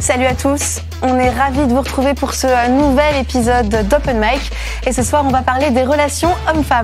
Salut à tous, on est ravis de vous retrouver pour ce nouvel épisode d'Open Mic. Et ce soir, on va parler des relations hommes-femmes.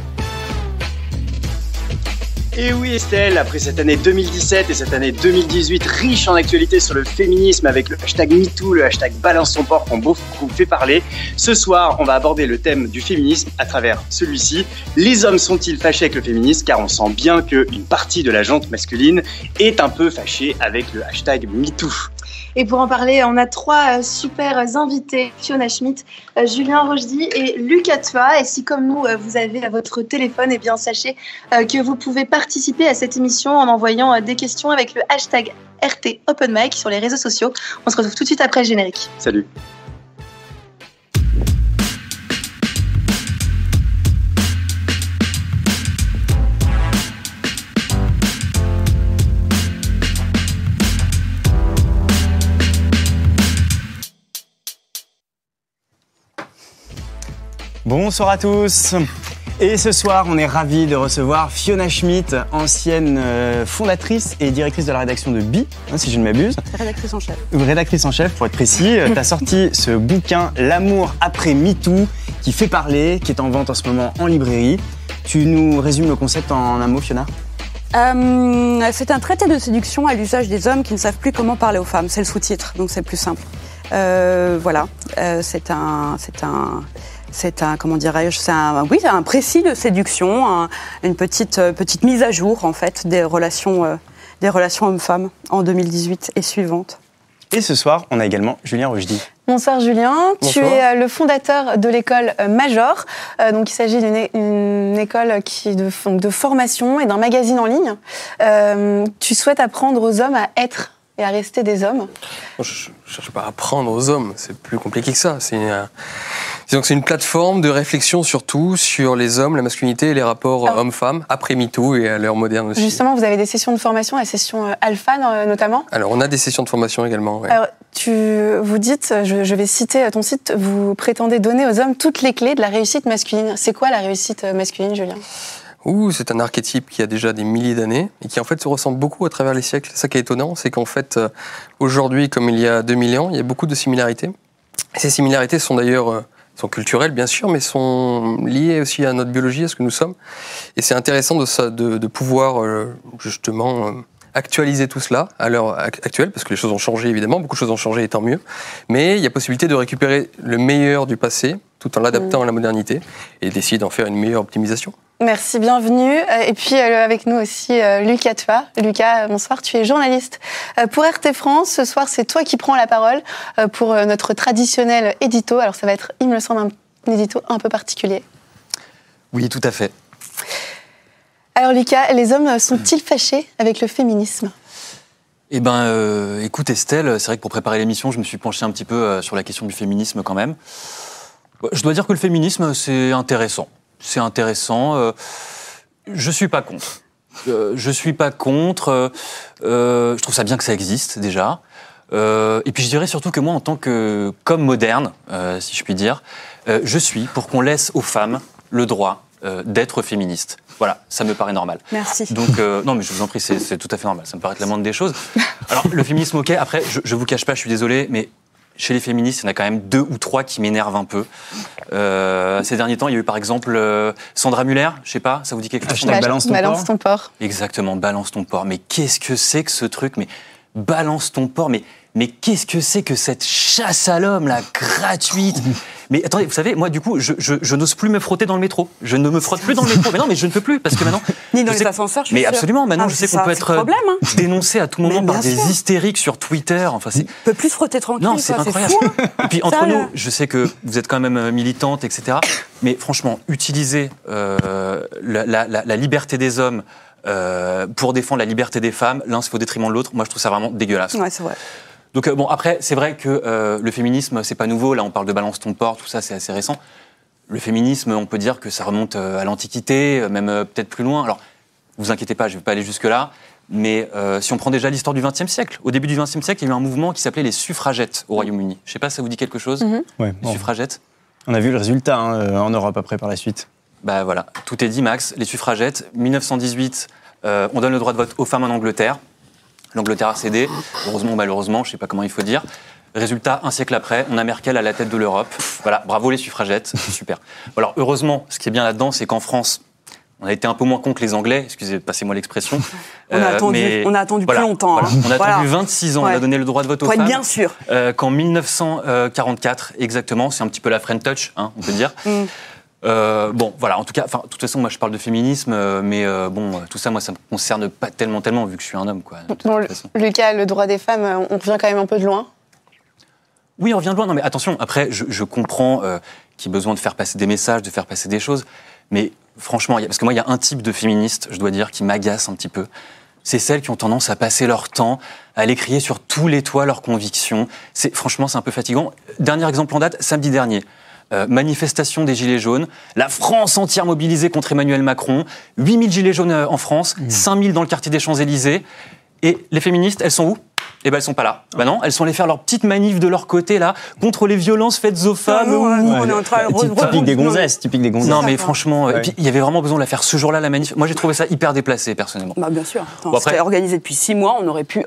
Et oui Estelle, après cette année 2017 et cette année 2018 riche en actualité sur le féminisme avec le hashtag MeToo, le hashtag Balance ton porc qui ont beaucoup fait parler, ce soir on va aborder le thème du féminisme à travers celui-ci. Les hommes sont-ils fâchés avec le féminisme? Car on sent bien qu'une partie de la gente masculine est un peu fâchée avec le hashtag MeToo. Et pour en parler, on a trois super invités, Fiona Schmidt, Julien Rochdy et Lucas Tua. Et si comme nous, vous avez à votre téléphone, eh bien sachez que vous pouvez participer à cette émission en envoyant des questions avec le hashtag RT Open Mic sur les réseaux sociaux. On se retrouve tout de suite après le générique. Salut. Bonsoir à tous. Et ce soir, on est ravis de recevoir Fiona Schmidt, ancienne fondatrice et directrice de la rédaction de Bi, si je ne m'abuse. Rédactrice en chef. Rédactrice en chef, pour être précis. Tu as sorti ce bouquin, L'amour après MeToo, qui fait parler, qui est en vente en ce moment en librairie. Tu nous résumes le concept en un mot, Fiona ? C'est un traité de séduction à l'usage des hommes qui ne savent plus comment parler aux femmes. C'est le sous-titre, donc c'est plus simple. C'est un comment dirais-je, c'est un précis de séduction, une petite mise à jour en fait des relations hommes-femmes en 2018 et suivantes. Et ce soir, on a également Julien Rochdy. Bonsoir Julien, Bonsoir. Tu es le fondateur de l'école Major. Donc il s'agit d'une école de formation et d'un magazine en ligne. Tu souhaites apprendre aux hommes à être et à rester des hommes. Je ne cherche pas à apprendre aux hommes, c'est plus compliqué que ça. Disons que c'est une plateforme de réflexion surtout sur les hommes, la masculinité et les rapports hommes-femmes, après MeToo et à l'heure moderne aussi. Justement, vous avez des sessions de formation, la session alpha notamment. Alors on a des sessions de formation également. Ouais. Alors, vous dites, je vais citer ton site, vous prétendez donner aux hommes toutes les clés de la réussite masculine. C'est quoi la réussite masculine, Julien ? C'est un archétype qui a déjà des milliers d'années et qui en fait se ressemble beaucoup à travers les siècles. Ça qui est étonnant, c'est qu'en fait, aujourd'hui, comme il y a 2000 ans, il y a beaucoup de similarités. Et ces similarités sont d'ailleurs sont culturelles, bien sûr, mais sont liées aussi à notre biologie, à ce que nous sommes. Et c'est intéressant de pouvoir justement actualiser tout cela à l'heure actuelle, parce que les choses ont changé évidemment, beaucoup de choses ont changé et tant mieux. Mais il y a possibilité de récupérer le meilleur du passé, tout en l'adaptant à la modernité, et d'essayer d'en faire une meilleure optimisation. Merci, bienvenue. Et puis avec nous aussi Lucas Tua. Lucas, bonsoir, tu es journaliste pour RT France. Ce soir, c'est toi qui prends la parole pour notre traditionnel édito. Alors ça va être, il me semble, un édito un peu particulier. Oui, tout à fait. Alors Lucas, les hommes sont-ils fâchés avec le féminisme ? Eh ben, écoute Estelle, c'est vrai que pour préparer l'émission, je me suis penché un petit peu sur la question du féminisme quand même. Je dois dire que le féminisme, c'est intéressant. C'est intéressant. Je suis pas contre. Je trouve ça bien que ça existe déjà. Et puis je dirais surtout que moi, en tant qu'homme moderne, si je puis dire, je suis pour qu'on laisse aux femmes le droit d'être féministes. Voilà, ça me paraît normal. Merci. Donc, non, mais je vous en prie, c'est tout à fait normal. Ça me paraît être la moindre des choses. Alors, le féminisme, ok. Après, je vous cache pas, je suis désolé, mais chez les féministes, il y en a quand même 2 ou 3 qui m'énervent un peu. Ces derniers temps, il y a eu par exemple Sandra Muller, je sais pas, ça vous dit quelque chose? Balance ton porc. Exactement, balance ton porc. Mais qu'est-ce que c'est que ce truc? Mais balance ton porc, mais qu'est-ce que c'est que cette chasse à l'homme, là, gratuite? Mais attendez, vous savez, moi, du coup, je n'ose plus me frotter dans le métro. Je ne me frotte plus dans le métro. Mais non, mais je ne peux plus, parce que maintenant... Ni dans les ascenseurs, je suis Mais sûre. absolument, maintenant, je sais qu'on peut être dénoncé à tout moment par des hystériques sur Twitter. Enfin, on peut plus se frotter tranquille. Non, c'est incroyable. Fou, hein. Et puis, entre nous, je sais que vous êtes quand même militante, etc. Mais franchement, utiliser la liberté des hommes pour défendre la liberté des femmes, l'un se fait au détriment de l'autre, moi, je trouve ça vraiment dégueulasse. Ouais, c'est vrai. Donc bon, après, c'est vrai que le féminisme, c'est pas nouveau. Là, on parle de balance ton porc, tout ça, c'est assez récent. Le féminisme, on peut dire que ça remonte à l'Antiquité, même peut-être plus loin. Alors, vous inquiétez pas, je vais pas aller jusque-là. Mais si on prend déjà l'histoire du XXe siècle, au début du XXe siècle, il y a eu un mouvement qui s'appelait les suffragettes au Royaume-Uni. Je sais pas si ça vous dit quelque chose, Ouais, les suffragettes. On a vu le résultat en Europe après par la suite. Bah voilà, tout est dit, Max. Les suffragettes, 1918, on donne le droit de vote aux femmes en Angleterre. L'Angleterre a cédé, heureusement ou malheureusement, je ne sais pas comment il faut dire. Résultat, un siècle après, on a Merkel à la tête de l'Europe. Voilà, bravo les suffragettes, c'est super. Alors heureusement, ce qui est bien là-dedans, c'est qu'en France, on a été un peu moins cons que les Anglais, excusez, passez-moi l'expression. On a attendu plus longtemps. Voilà. On a attendu 26 ans, on a donné le droit de vote aux femmes. Bien sûr. Qu'en 1944, exactement, c'est un petit peu la French touch, hein, on peut dire. Bon, voilà, en tout cas, de toute façon, moi je parle de féminisme, mais tout ça, moi ça me concerne pas tellement, vu que je suis un homme, quoi. Bon, Lucas, le droit des femmes, on revient quand même un peu de loin. Oui, on revient de loin. Non, mais attention, après, je comprends qu'il y a besoin de faire passer des messages, de faire passer des choses, mais franchement, parce que moi, il y a un type de féministe, je dois dire, qui m'agace un petit peu. C'est celles qui ont tendance à passer leur temps à aller crier sur tous les toits leurs convictions. Franchement, c'est un peu fatigant. Dernier exemple en date, samedi dernier. Manifestation des Gilets jaunes, la France entière mobilisée contre Emmanuel Macron, 8000 Gilets jaunes en France, 5000 dans le quartier des Champs-Élysées. Et les féministes, elles sont où ? Eh ben, elles sont pas là. Bah non, elles sont allées faire leur petite manif de leur côté, là, contre les violences faites aux femmes. Typique des gonzesses. Non, mais franchement, et puis, il y avait vraiment besoin de la faire ce jour-là, la manif. Moi, j'ai trouvé ça hyper déplacé, personnellement. Bah, bien sûr. C'était organisé depuis 6 mois, on aurait pu.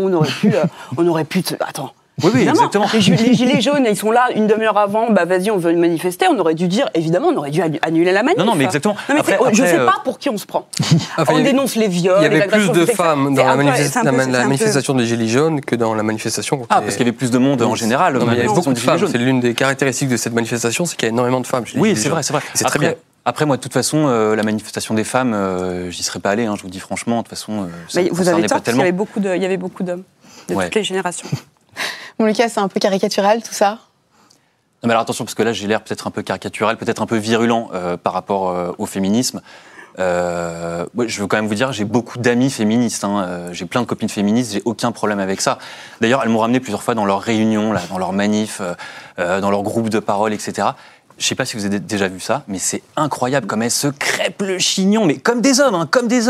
Attends. Oui, exactement. Les Gilets jaunes, ils sont là une demi-heure avant, vas-y, on veut manifester, on aurait dû dire, évidemment, on aurait dû annuler la manif. Non, mais exactement. Non, mais après, je sais pas pour qui on se prend. On dénonce les viols, il y avait plus de femmes dans la manifestation des Gilets jaunes que dans la manifestation. Parce qu'il y avait plus de monde en général. Non, mais il y avait beaucoup de femmes. C'est l'une des caractéristiques de cette manifestation, c'est qu'il y a énormément de femmes. Oui, c'est vrai. C'est très bien. Après, moi, de toute façon, la manifestation des femmes, j'y serais pas allé, je vous dis franchement, de toute façon, ça vous avez tort, tellement. Il y avait beaucoup d'hommes de toutes les générations. Bon, Lucas, c'est un peu caricatural, tout ça. Non, mais alors attention, parce que là, j'ai l'air peut-être un peu caricatural, peut-être un peu virulent par rapport au féminisme. Je veux quand même vous dire, j'ai beaucoup d'amis féministes. J'ai plein de copines féministes, j'ai aucun problème avec ça. D'ailleurs, elles m'ont ramené plusieurs fois dans leurs réunions, là, dans leurs manifs, dans leurs groupes de parole, etc. Je sais pas si vous avez déjà vu ça, mais c'est incroyable comme elles se crêpent le chignon, mais comme des hommes.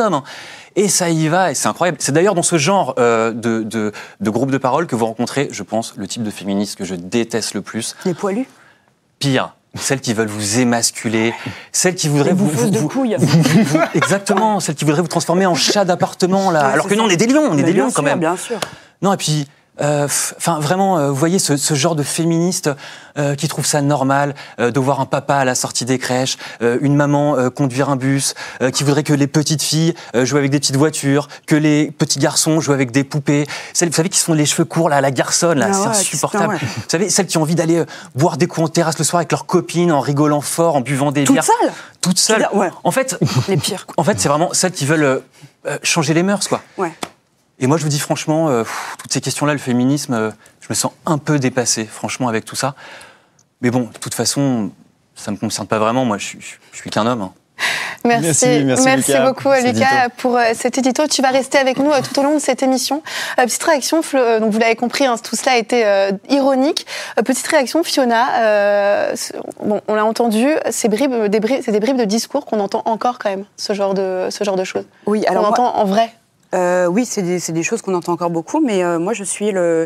Et ça y va, et c'est incroyable. C'est d'ailleurs dans ce genre de groupe de parole que vous rencontrez, je pense, le type de féministe que je déteste le plus. Les poilus. Pire, celles qui veulent vous émasculer, celles qui voudraient vous couilles. Exactement, celles qui voudraient vous transformer en chat d'appartement, là. Alors que non, on est des lions, quand même. Bien sûr. Non, et puis... vraiment, vous voyez ce genre de féministes qui trouvent ça normal de voir un papa à la sortie des crèches, une maman conduire un bus, qui voudrait que les petites filles jouent avec des petites voitures, que les petits garçons jouent avec des poupées. Vous savez, qui sont les cheveux courts, là, à la garçonne, là, c'est insupportable. Ouais. Vous savez, celles qui ont envie d'aller boire des coups en terrasse le soir avec leurs copines, en rigolant fort, en buvant des bières. Toutes seules. Ouais. En fait, les pires. En fait, c'est vraiment celles qui veulent changer les mœurs, quoi. Ouais. Et moi, je vous dis franchement, toutes ces questions-là, le féminisme, je me sens un peu dépassé, franchement, avec tout ça. Mais bon, de toute façon, ça ne me concerne pas vraiment. Moi, je suis qu'un homme. Merci beaucoup, Lucas, pour cet édito. Tu vas rester avec nous tout au long de cette émission. Petite réaction, donc vous l'avez compris, tout cela a été ironique. Petite réaction, Fiona. On l'a entendu, c'est des bribes de discours qu'on entend encore quand même, ce genre de choses. Oui, alors on entend en vrai. Oui, c'est des choses qu'on entend encore beaucoup, mais moi je suis un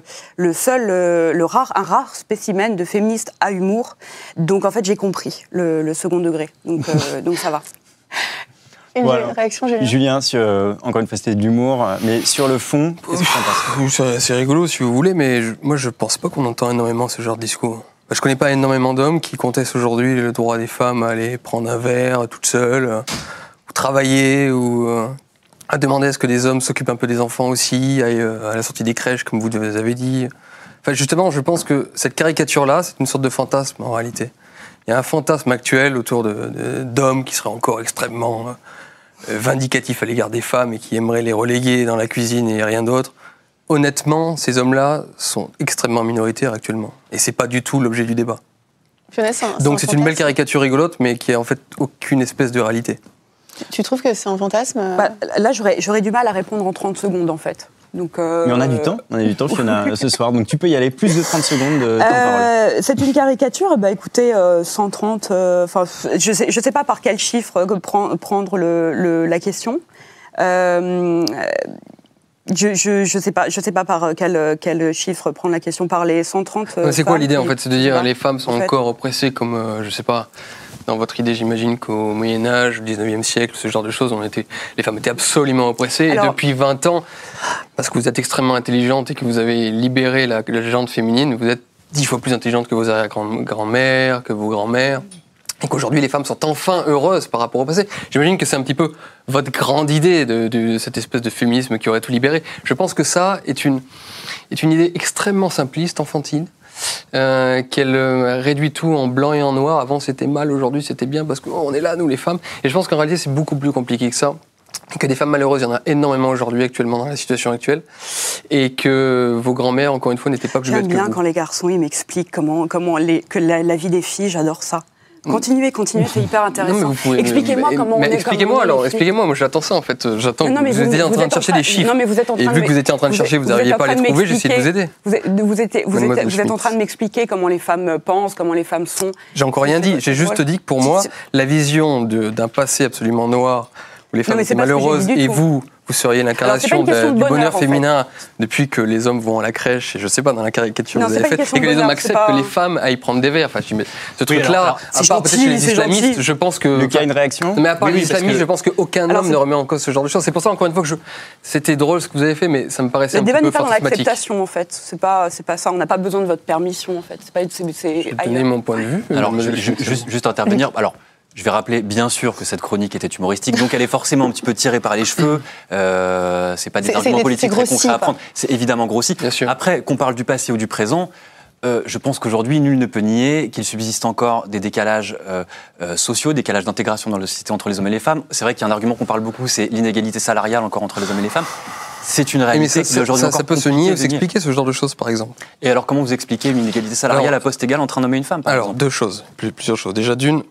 rare spécimen de féministe à humour, donc en fait j'ai compris le second degré, donc ça va. Une réaction, Julien, encore une fois c'était de l'humour, mais sur le fond, qu'est-ce que tu en penses ? C'est rigolo si vous voulez, mais moi je pense pas qu'on entend énormément ce genre de discours. Je connais pas énormément d'hommes qui contestent aujourd'hui le droit des femmes à aller prendre un verre toute seule, ou travailler, ou... à demander à ce que les hommes s'occupent un peu des enfants aussi, aillent à la sortie des crèches, comme vous avez dit. Enfin, justement, je pense que cette caricature-là, c'est une sorte de fantasme, en réalité. Il y a un fantasme actuel autour d'hommes qui seraient encore extrêmement vindicatifs à l'égard des femmes et qui aimeraient les reléguer dans la cuisine et rien d'autre. Honnêtement, ces hommes-là sont extrêmement minoritaires actuellement. Et c'est pas du tout l'objet du débat. Donc c'est une belle caricature rigolote, mais qui a en fait aucune espèce de réalité. Tu trouves que c'est un fantasme ? Là, j'aurais du mal à répondre en 30 secondes, en fait. Donc, mais on a du temps, Fiona, ce soir, donc tu peux y aller, plus de 30 secondes de temps de parole. C'est une caricature, écoutez, 130, je sais pas par quel chiffre prendre la question. Je sais pas par quel chiffre prendre la question, par les 130 c'est quoi l'idée, en fait ? C'est de dire les femmes sont encore oppressées comme, je sais pas... Dans votre idée, j'imagine qu'au Moyen-Âge, au 19e siècle, ce genre de choses, les femmes étaient absolument oppressées. Alors, et depuis 20 ans, parce que vous êtes extrêmement intelligente et que vous avez libéré la gente féminine, vous êtes 10 fois plus intelligente que vos arrière-grand-mères, que vos grands-mères. Et qu'aujourd'hui, les femmes sont enfin heureuses par rapport au passé. J'imagine que c'est un petit peu votre grande idée de cette espèce de féminisme qui aurait tout libéré. Je pense que ça est une idée extrêmement simpliste, enfantine, qu'elle réduit tout en blanc et en noir. Avant, c'était mal, aujourd'hui, c'était bien, parce qu'on est là, nous, les femmes. Et je pense qu'en réalité, c'est beaucoup plus compliqué que ça. Et que des femmes malheureuses, il y en a énormément aujourd'hui, actuellement, dans la situation actuelle. Et que vos grands-mères, encore une fois, n'étaient pas plus bêtes que vous. J'aime bien quand les garçons, ils m'expliquent que la vie des filles, j'adore ça. Continuez, c'est hyper intéressant. Expliquez-moi comment on est. Expliquez-moi, moi j'attends ça en fait. J'attends que vous étiez en train de chercher des chiffres. Et vu que vous étiez en train de chercher, vous n'arriviez pas à les trouver, j'essaie de vous aider. Vous êtes en train de m'expliquer comment les femmes pensent, comment les femmes sont. J'ai encore rien dit, j'ai juste dit que pour moi, la vision d'un passé absolument noir, où les femmes étaient malheureuses et vous seriez l'incarnation du bonheur féminin depuis que les hommes vont à la crèche, et je sais pas, dans la caricature que vous avez faite, et que les hommes acceptent que les femmes aillent prendre des verres. Enfin, ce truc-là, à part peut-être chez les islamistes, je pense que... Lucas a une réaction ? Mais à part les islamistes, je pense qu'aucun homme ne remet en cause ce genre de choses. C'est pour ça, encore une fois, que c'était drôle ce que vous avez fait, mais ça me paraissait un petit peu fantasmatique. Le débat n'est pas dans l'acceptation, en fait. C'est pas ça. On n'a pas besoin de votre permission, en fait. J'ai donné mon point de vue. Alors, juste intervenir. Alors, je vais rappeler, bien sûr, que cette chronique était humoristique, donc elle est forcément un petit peu tirée par les cheveux. C'est pas des arguments politiques très concrets à prendre. C'est évidemment grossi. Après, qu'on parle du passé ou du présent, je pense qu'aujourd'hui, nul ne peut nier qu'il subsiste encore des décalages sociaux, décalages d'intégration dans la société entre les hommes et les femmes. C'est vrai qu'il y a un argument qu'on parle beaucoup, c'est l'inégalité salariale encore entre les hommes et les femmes. C'est une réalité. Mais ça peut se nier ou s'expliquer, ce genre de choses, par exemple. Et alors, comment vous expliquez une inégalité salariale à poste égal entre un homme et une femme, par exemple ? Deux choses, plusieurs choses. Déjà, d'une...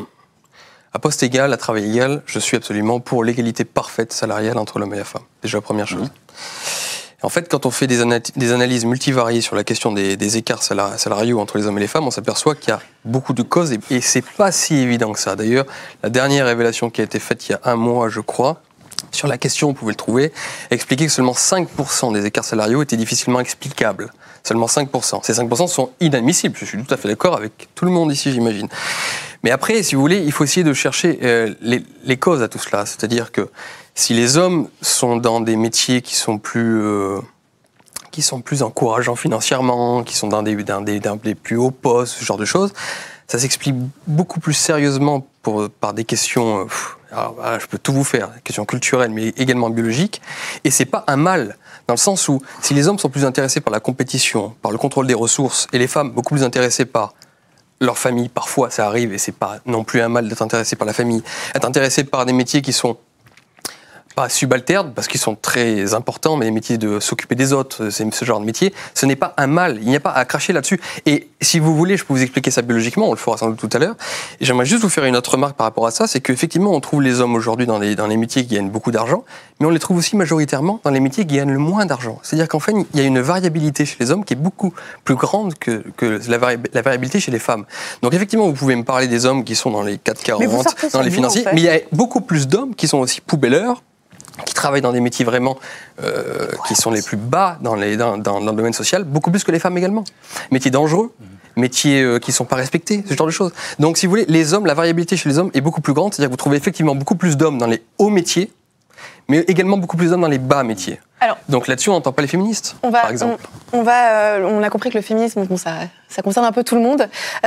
À poste égal, à travail égal, je suis absolument pour l'égalité parfaite salariale entre l'homme et la femme. Déjà, première chose. En fait, quand on fait des analyses multivariées sur la question des écarts salariaux entre les hommes et les femmes, on s'aperçoit qu'il y a beaucoup de causes et c'est pas si évident que ça. D'ailleurs, la dernière révélation qui a été faite il y a un mois, je crois, sur la question, vous pouvez le trouver, expliquait que seulement 5% des écarts salariaux étaient difficilement explicables. Seulement 5%. Ces 5% sont inadmissibles. Je suis tout à fait d'accord avec tout le monde ici, j'imagine. Mais après, si vous voulez, il faut essayer de chercher les causes à tout cela. C'est-à-dire que si les hommes sont dans des métiers qui sont plus encourageants financièrement, qui sont dans des plus hauts postes, ce genre de choses, ça s'explique beaucoup plus sérieusement par des questions, je peux tout vous faire, des questions culturelles, mais également biologiques. Et c'est pas un mal, dans le sens où si les hommes sont plus intéressés par la compétition, par le contrôle des ressources, et les femmes beaucoup plus intéressées par leur famille, parfois ça arrive, et c'est pas non plus un mal d'être intéressé par la famille, être intéressé par des métiers qui sont pas subalternes, parce qu'ils sont très importants, mais les métiers de s'occuper des autres, c'est ce genre de métier, ce n'est pas un mal, il n'y a pas à cracher là-dessus. Et si vous voulez, je peux vous expliquer ça biologiquement, on le fera sans doute tout à l'heure, et j'aimerais juste vous faire une autre remarque par rapport à ça, c'est qu'effectivement on trouve les hommes aujourd'hui dans les métiers qui gagnent beaucoup d'argent, mais on les trouve aussi majoritairement dans les métiers qui gagnent le moins d'argent. C'est-à-dire qu'en fait, il y a une variabilité chez les hommes qui est beaucoup plus grande que la variabilité chez les femmes. Donc effectivement, vous pouvez me parler des hommes qui sont dans les 440, dans les financiers, mais il y a beaucoup plus d'hommes qui sont aussi poubelleurs, qui travaillent dans des métiers vraiment qui sont les plus bas dans le domaine social, beaucoup plus que les femmes également. Métiers dangereux, métiers qui ne sont pas respectés, ce genre de choses. Donc si vous voulez, les hommes, la variabilité chez les hommes est beaucoup plus grande, c'est-à-dire que vous trouvez effectivement beaucoup plus d'hommes dans les hauts métiers, mais également beaucoup plus d'hommes dans les bas métiers. Alors, donc là-dessus, on n'entend pas les féministes, par exemple. On a compris que le féminisme, bon, ça concerne un peu tout le monde.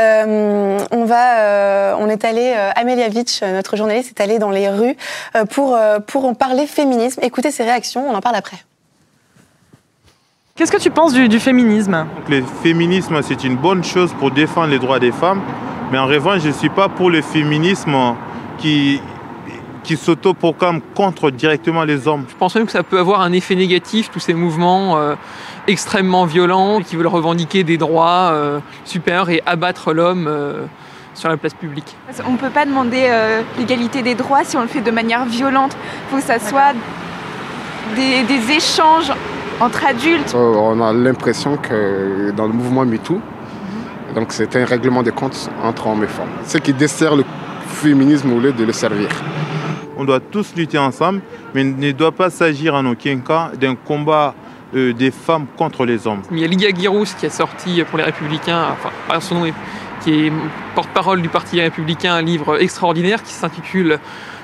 On est allé, Amelia Vitch, notre journaliste, est allée dans les rues pour en parler féminisme. Écoutez ses réactions, on en parle après. Qu'est-ce que tu penses du féminisme ? Le féminisme, c'est une bonne chose pour défendre les droits des femmes, mais en revanche, je ne suis pas pour le féminisme qui s'auto-proclame contre directement les hommes. Je pense même que ça peut avoir un effet négatif, tous ces mouvements extrêmement violents qui veulent revendiquer des droits supérieurs et abattre l'homme sur la place publique. On ne peut pas demander l'égalité des droits si on le fait de manière violente. Il faut que ça soit des échanges entre adultes. On a l'impression que dans le mouvement MeToo, donc c'est un règlement de comptes entre hommes et femmes. Ce qui dessert le féminisme au lieu de le servir. On doit tous lutter ensemble, mais il ne doit pas s'agir en aucun cas d'un combat des femmes contre les hommes. Il y a Lydia Guirous qui a sorti pour les Républicains, enfin son nom, qui est porte-parole du Parti républicain, un livre extraordinaire qui s'intitule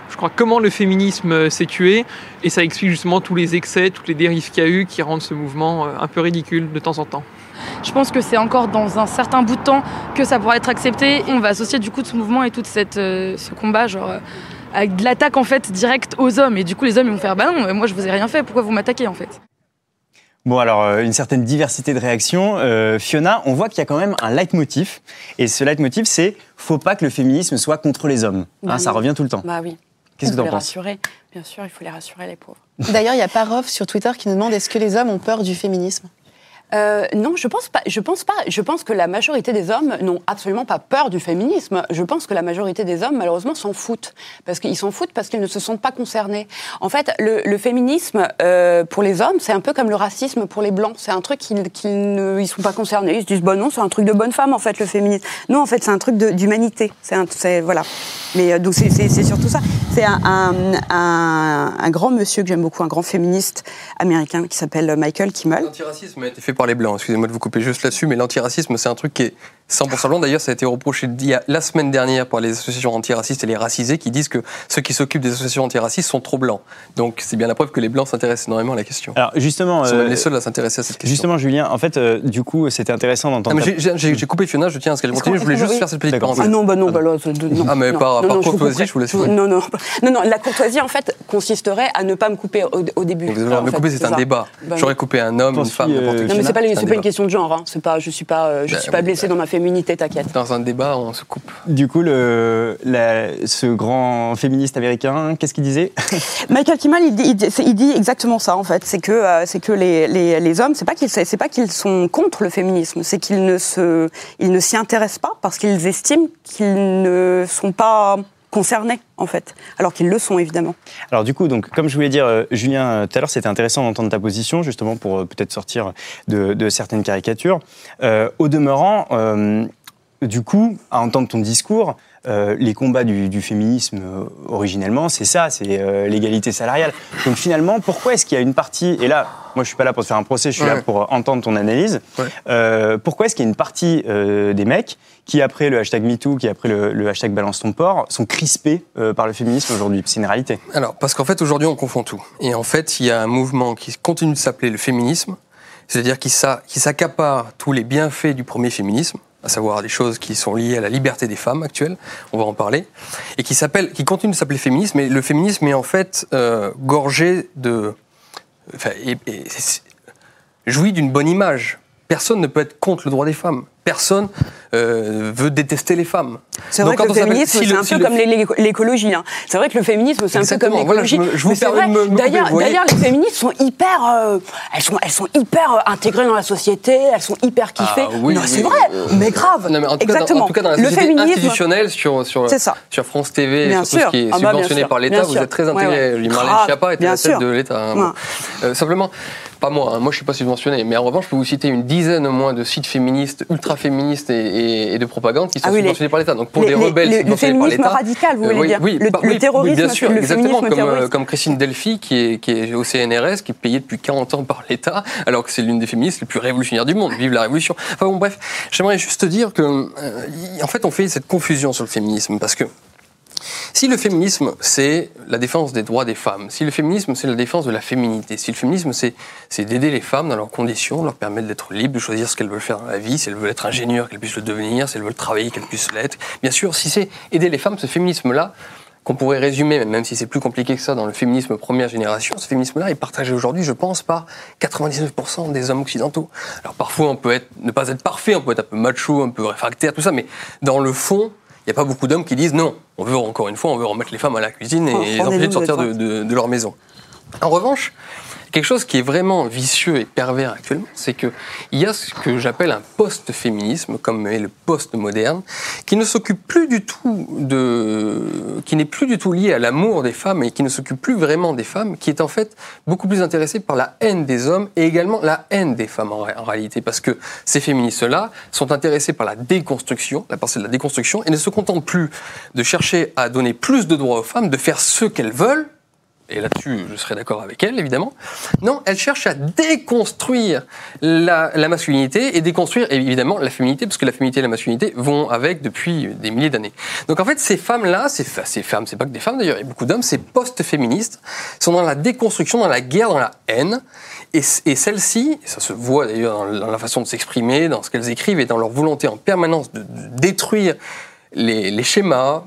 je crois, comment le féminisme s'est tué, et ça explique justement tous les excès, toutes les dérives qu'il y a eu qui rendent ce mouvement un peu ridicule de temps en temps. Je pense que c'est encore dans un certain bout de temps que ça pourra être accepté. On va associer du coup ce mouvement et tout ce combat avec de l'attaque en fait directe aux hommes. Et du coup les hommes ils vont faire bah non, moi je vous ai rien fait, pourquoi vous m'attaquez en fait? Bon, alors, une certaine diversité de réactions. Fiona, on voit qu'il y a quand même un leitmotiv. Et ce leitmotiv, c'est « faut pas que le féminisme soit contre les hommes ». Ça revient tout le temps. Bah oui. Qu'est-ce que tu en penses ? Rassurer. Bien sûr, il faut les rassurer, les pauvres. D'ailleurs, il y a Parov sur Twitter qui nous demande est-ce que les hommes ont peur du féminisme ? Non, je pense pas. Je pense que la majorité des hommes n'ont absolument pas peur du féminisme. Je pense que la majorité des hommes, malheureusement, s'en foutent. Parce qu'ils s'en foutent parce qu'ils ne se sentent pas concernés. En fait, le féminisme, pour les hommes, c'est un peu comme le racisme pour les blancs. C'est un truc qu'ils ne sont pas concernés. Ils se disent, non, c'est un truc de bonne femme, en fait, le féminisme. Non, en fait, c'est un truc d'humanité. Voilà. Mais donc, c'est surtout ça. C'est un grand monsieur que j'aime beaucoup, un grand féministe américain qui s'appelle Michael Kimmel. L'antiracisme a été fait par les Blancs. Excusez-moi de vous couper juste là-dessus, mais l'antiracisme, c'est un truc qui est 100% blanc. D'ailleurs, ça a été reproché la semaine dernière par les associations antiracistes et les racisés qui disent que ceux qui s'occupent des associations antiracistes sont trop blancs. Donc, c'est bien la preuve que les Blancs s'intéressent énormément à la question. Alors, justement... Ils sont même les seuls à s'intéresser à cette question. Justement, Julien, en fait, du coup, c'était intéressant d'entendre... J'ai coupé Fiona, je tiens à ce qu'elle continue. Je voulais juste faire cette petite parenthèse. Ah non, non. Ah, mais par courtoisie, je vous laisse. Non, la courtoisie, en fait, consisterait à ne pas me couper au début. Vous allez me couper, c'est un débat. J'aurais coupé un homme, une femme, n'importe qui. Non, mais c'est pas une question de genre. Je suis pas blessée dans ma féminité, t'inquiète. Dans un débat, on se coupe. Du coup, ce grand féministe américain, qu'est-ce qu'il disait ? Michael Kimmel, il dit exactement ça, en fait. C'est que les hommes, c'est pas qu'ils sont contre le féminisme, c'est qu'ils ne s'y intéressent pas parce qu'ils estiment qu'ils ne sont pas concernés, en fait, alors qu'ils le sont, évidemment. Alors du coup, donc, comme je voulais dire, Julien, tout à l'heure, c'était intéressant d'entendre ta position, justement, pour peut-être sortir de certaines caricatures. Au demeurant, du coup, à entendre ton discours, les combats du féminisme, originellement, c'est ça, c'est l'égalité salariale. Donc finalement, pourquoi est-ce qu'il y a une partie, et là, moi je suis pas là pour te faire un procès, je suis là pour entendre ton analyse, pourquoi est-ce qu'il y a une partie des mecs qui, après le hashtag MeToo, qui après le hashtag Balance ton porc, sont crispés par le féminisme aujourd'hui ? C'est une réalité. Alors, parce qu'en fait, aujourd'hui, on confond tout. Et en fait, il y a un mouvement qui continue de s'appeler le féminisme, c'est-à-dire qui s'accapare tous les bienfaits du premier féminisme, à savoir des choses qui sont liées à la liberté des femmes actuelles, on va en parler, et qui continue de s'appeler féminisme, et le féminisme est en fait gorgé de... jouit d'une bonne image. Personne ne peut être contre le droit des femmes. Personne veut détester les femmes. C'est vrai que le féminisme, c'est un peu comme l'écologie. Hein. C'est vrai que le féminisme, c'est un peu comme l'écologie. Voilà, je vous permets de me D'ailleurs, les féministes sont hyper... elles sont hyper intégrées dans la société, elles sont hyper kiffées. C'est vrai, mais grave. Non, mais en tout cas, dans la société institutionnelle, sur France TV, sur tout ce qui est subventionné par l'État, vous êtes très intégrés. Marlène Schiappa était à la tête de l'État. Simplement... Pas moi, moi je suis pas subventionné, mais en revanche je peux vous citer une dizaine au moins de sites féministes, ultra-féministes et de propagande qui sont subventionnés par l'État. Donc pour des rebelles subventionnés par l'État... Le féminisme radical, vous voulez dire le terrorisme, bien sûr, le exactement, féminisme comme Christine Delphi qui est au CNRS, qui est payée depuis 40 ans par l'État, alors que c'est l'une des féministes les plus révolutionnaires du monde. Vive la révolution. Enfin bon, bref, j'aimerais juste dire que, en fait, on fait cette confusion sur le féminisme, parce que si le féminisme, c'est la défense des droits des femmes, si le féminisme, c'est la défense de la féminité, si le féminisme, c'est d'aider les femmes dans leurs conditions, leur permettre d'être libres, de choisir ce qu'elles veulent faire dans la vie, si elles veulent être ingénieures, qu'elles puissent le devenir, si elles veulent travailler, qu'elles puissent l'être. Bien sûr, si c'est aider les femmes, ce féminisme-là, qu'on pourrait résumer, même si c'est plus compliqué que ça, dans le féminisme première génération, ce féminisme-là est partagé aujourd'hui, je pense, par 99% des hommes occidentaux. Alors parfois, on peut ne pas être parfait, on peut être un peu macho, un peu réfractaire, tout ça, mais dans le fond, il n'y a pas beaucoup d'hommes qui disent non, on veut remettre les femmes à la cuisine et les empêcher de sortir de leur maison. En revanche, quelque chose qui est vraiment vicieux et pervers actuellement, c'est qu'il y a ce que j'appelle un post-féminisme, comme est le post-moderne, qui ne s'occupe plus du tout qui n'est plus du tout lié à l'amour des femmes et qui ne s'occupe plus vraiment des femmes, qui est en fait beaucoup plus intéressé par la haine des hommes et également la haine des femmes en réalité, parce que ces féministes-là sont intéressés par la déconstruction, la partie de la déconstruction, et ne se contentent plus de chercher à donner plus de droits aux femmes, de faire ce qu'elles veulent, et là-dessus je serais d'accord avec elle évidemment, non, elle cherche à déconstruire la masculinité et déconstruire évidemment la féminité, parce que la féminité et la masculinité vont avec depuis des milliers d'années. Donc en fait ces femmes-là, ces femmes, c'est pas que des femmes d'ailleurs, il y a beaucoup d'hommes, ces post-féministes sont dans la déconstruction, dans la guerre, dans la haine, et celles-ci, ça se voit d'ailleurs dans la façon de s'exprimer, dans ce qu'elles écrivent et dans leur volonté en permanence de détruire les schémas,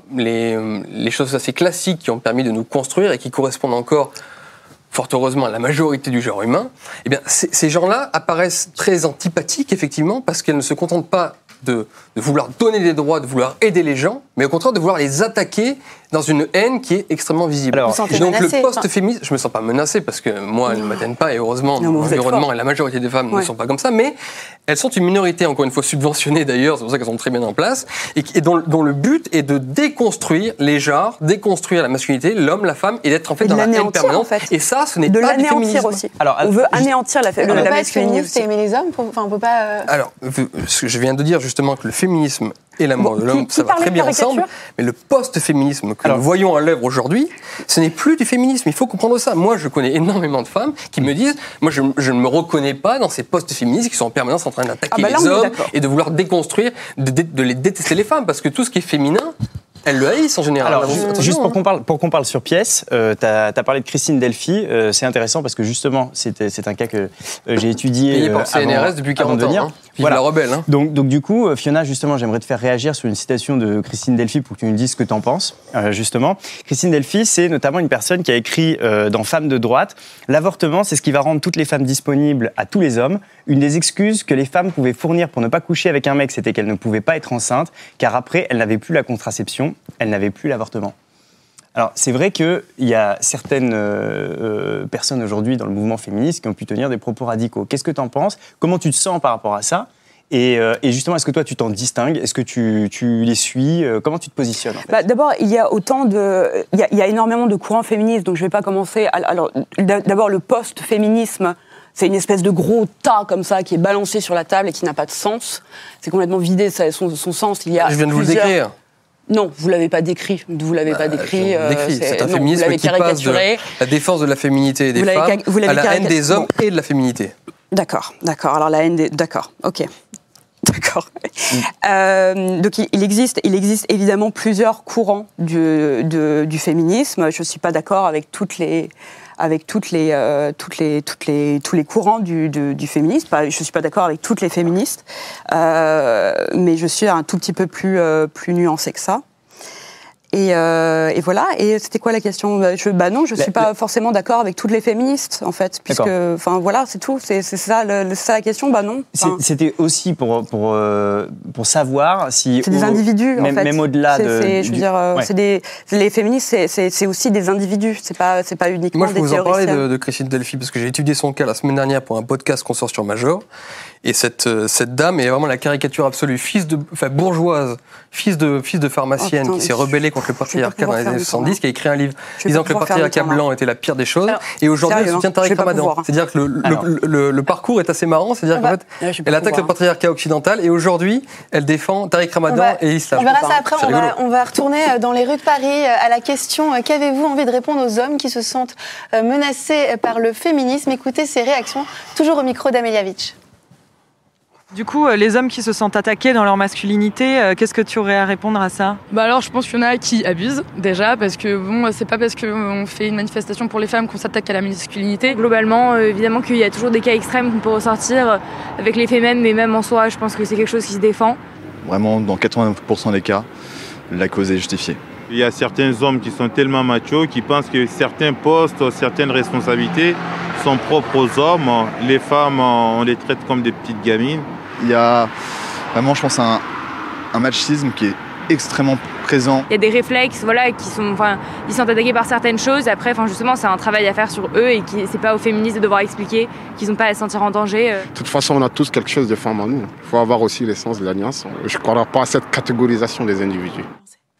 les choses assez classiques qui ont permis de nous construire et qui correspondent encore, fort heureusement, à la majorité du genre humain, eh bien, ces gens-là apparaissent très antipathiques, effectivement, parce qu'elles ne se contentent pas de vouloir donner des droits, de vouloir aider les gens, mais au contraire de vouloir les attaquer dans une haine qui est extrêmement visible. Alors, donc menacé, le post-féminisme, je ne me sens pas menacé, parce que moi, elles ne m'atteignent pas, et heureusement, l'environnement et la majorité des femmes ne sont pas comme ça, mais elles sont une minorité, encore une fois, subventionnées d'ailleurs, c'est pour ça qu'elles sont très bien en place, et dont le but est de déconstruire les genres, déconstruire la masculinité, l'homme, la femme, et d'être en fait dans la haine permanente. En fait. Et ça, ce n'est pas du féminisme. Aussi. Alors, on veut anéantir la masculinité aussi. Aimer les hommes, on peut pas... Alors, ce que je viens de dire justement, que le féminisme et l'amour de l'homme, ça va très bien ensemble, mais le post-féminisme que nous voyons à l'œuvre aujourd'hui, ce n'est plus du féminisme, il faut comprendre ça. Moi, je connais énormément de femmes qui me disent, moi, je ne me reconnais pas dans ces post-féministes qui sont en permanence en train d'attaquer les hommes et de vouloir déconstruire, de les détester les femmes, parce que tout ce qui est féminin, elles le haïssent en général. Alors, juste pour qu'on parle sur pièce, tu as parlé de Christine Delphi, c'est intéressant parce que justement, c'est un cas que j'ai étudié. Payé par CNRS depuis 40 ans. Voilà. La rebelle. Hein. Donc du coup, Fiona, justement, j'aimerais te faire réagir sur une citation de Christine Delphi pour que tu nous dises ce que tu en penses, justement. Christine Delphi, c'est notamment une personne qui a écrit dans Femmes de droite, l'avortement, c'est ce qui va rendre toutes les femmes disponibles à tous les hommes. Une des excuses que les femmes pouvaient fournir pour ne pas coucher avec un mec, c'était qu'elles ne pouvaient pas être enceintes, car après, elles n'avaient plus la contraception, elles n'avaient plus l'avortement. Alors, c'est vrai qu'il y a certaines personnes aujourd'hui dans le mouvement féministe qui ont pu tenir des propos radicaux. Qu'est-ce que tu en penses ? Comment tu te sens par rapport à ça ? Et justement, est-ce que toi, tu t'en distingues ? Est-ce que tu les suis ? Comment tu te positionnes en fait ? D'abord, il y a énormément de courants féministes, donc je ne vais pas commencer... Alors, d'abord, le post-féminisme, c'est une espèce de gros tas comme ça qui est balancé sur la table et qui n'a pas de sens. C'est complètement vidé son sens. Je viens de vous le décrire. Non, vous l'avez pas décrit. Vous l'avez pas décrit. C'est un féminisme qui passe de la défense de la féminité et des femmes à la haine des hommes et de la féminité. D'accord. Alors la haine des... D'accord, ok. D'accord. Donc il existe évidemment plusieurs courants du féminisme. Je suis pas d'accord avec tous les courants du féminisme. Je suis pas d'accord avec toutes les féministes, mais je suis un tout petit peu plus nuancée que ça. Et voilà. Et c'était quoi la question ? Non, je suis pas forcément d'accord avec toutes les féministes, en fait, puisque, enfin voilà, c'est tout. C'est ça la question. Non. C'était aussi pour savoir si c'est des individus, en fait. Même au-delà les féministes, c'est aussi des individus. C'est pas uniquement des théoriciens. Moi, je vous en parlais de Christine Delphi parce que j'ai étudié son cas la semaine dernière pour un podcast qu'on sort sur Major. Et cette dame est vraiment la caricature absolue, bourgeoise, fils de pharmacienne qui s'est rebellée contre le patriarcat dans les années 70, qui a écrit un livre disant que le patriarcat blanc était la pire des choses. Et aujourd'hui, elle soutient Tariq Ramadan. C'est-à-dire que le parcours est assez marrant. C'est-à-dire qu'en fait, elle attaque le patriarcat occidental et aujourd'hui, elle défend Tariq Ramadan et l'islam. On verra ça après. On va retourner dans les rues de Paris à la question « Qu'avez-vous envie de répondre aux hommes qui se sentent menacés par le féminisme ?» Écoutez ces réactions, toujours au micro d'Amélia Vitch. Du coup, les hommes qui se sentent attaqués dans leur masculinité, qu'est-ce que tu aurais à répondre à ça ? Alors, je pense qu'il y en a qui abusent, déjà, parce que c'est pas parce qu'on fait une manifestation pour les femmes qu'on s'attaque à la masculinité. Globalement, évidemment qu'il y a toujours des cas extrêmes qu'on peut ressortir avec les faits mêmes, mais même en soi, je pense que c'est quelque chose qui se défend. Vraiment, dans 89% des cas, la cause est justifiée. Il y a certains hommes qui sont tellement machos qui pensent que certains postes, certaines responsabilités sont propres aux hommes. Les femmes, on les traite comme des petites gamines. Il y a vraiment, je pense, un machisme qui est extrêmement présent. Il y a des réflexes, ils sont attaqués par certaines choses. Après, justement, c'est un travail à faire sur eux et c'est pas aux féministes de devoir expliquer qu'ils n'ont pas à se sentir en danger. De toute façon, on a tous quelque chose de femme en nous. Il faut avoir aussi l'essence de l'alliance. Je ne crois pas à cette catégorisation des individus.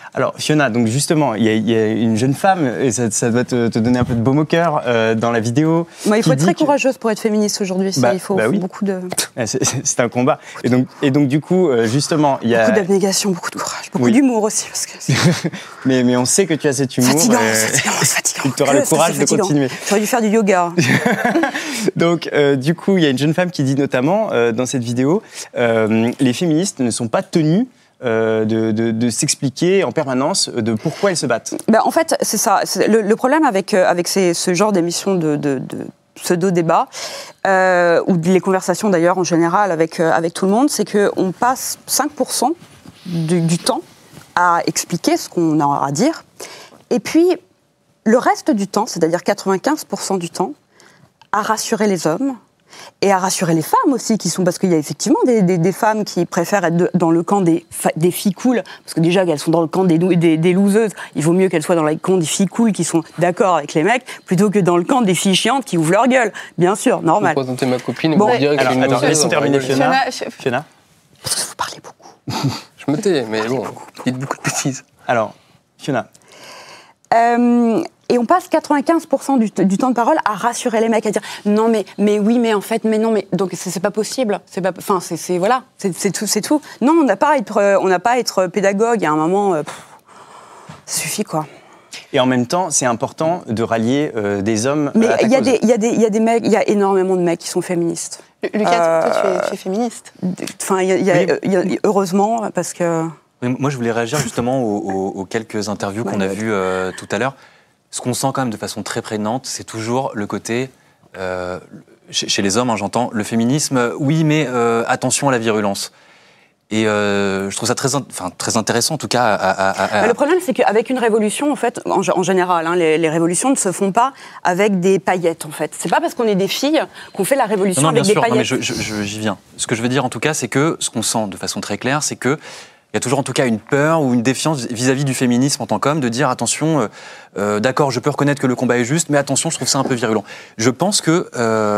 Alors Fiona, donc justement, il y a une jeune femme, et ça doit te donner un peu de baume au cœur dans la vidéo. Il faut être très courageuse pour être féministe aujourd'hui, il faut oui. beaucoup de... C'est un combat. Et donc du coup, justement, il y a... Beaucoup d'abnégation, beaucoup de courage, beaucoup d'humour aussi. Parce que mais on sait que tu as cet humour. C'est fatigant. Tu auras le courage de continuer. J'aurais dû faire du yoga. Donc du coup, il y a une jeune femme qui dit notamment dans cette vidéo, les féministes ne sont pas tenues de s'expliquer en permanence de pourquoi elles se battent. En fait, c'est ça. Le problème avec ce genre d'émission de pseudo-débat, ou les conversations d'ailleurs en général avec tout le monde, c'est qu'on passe 5% du temps à expliquer ce qu'on a à dire, et puis le reste du temps, c'est-à-dire 95% du temps, à rassurer les hommes, et à rassurer les femmes aussi, parce qu'il y a effectivement des femmes qui préfèrent être dans le camp des filles cool, parce que déjà qu'elles sont dans le camp des loseuses, il vaut mieux qu'elles soient dans le camp des filles cool qui sont d'accord avec les mecs, plutôt que dans le camp des filles chiantes qui ouvrent leur gueule. Bien sûr, normal. Vous présentez ma copine et vous dire qu'elle est une loseuse. Laissons terminer Fiona. Parce que vous parlez beaucoup. Je me tais, mais bon, il y a beaucoup de bêtises. Alors, Fiona. Et on passe 95% du temps de parole à rassurer les mecs, à dire non mais oui mais en fait mais non mais donc c'est pas possible, voilà, c'est tout. Non, on n'a pas à être pédagogue. À un moment, ça suffit quoi. Et en même temps, c'est important de rallier des hommes. Mais il y a des mecs, il y a énormément de mecs qui sont féministes. Lucas, toi tu es féministe. Enfin, heureusement parce que. Oui, moi, je voulais réagir justement aux quelques interviews qu'on a vues tout à l'heure. Ce qu'on sent quand même de façon très prégnante, c'est toujours le côté, chez les hommes, j'entends, le féminisme, oui, mais attention à la virulence. Et je trouve ça très intéressant, en tout cas. Le problème, c'est qu'avec une révolution, en fait, en général, les révolutions ne se font pas avec des paillettes, en fait. C'est pas parce qu'on est des filles qu'on fait la révolution avec des paillettes. Non, mais j'y viens. Ce que je veux dire, en tout cas, c'est que ce qu'on sent de façon très claire, c'est que il y a toujours en tout cas une peur ou une défiance vis-à-vis du féminisme en tant qu'homme, de dire attention, d'accord, je peux reconnaître que le combat est juste, mais attention, je trouve ça un peu virulent. Je pense que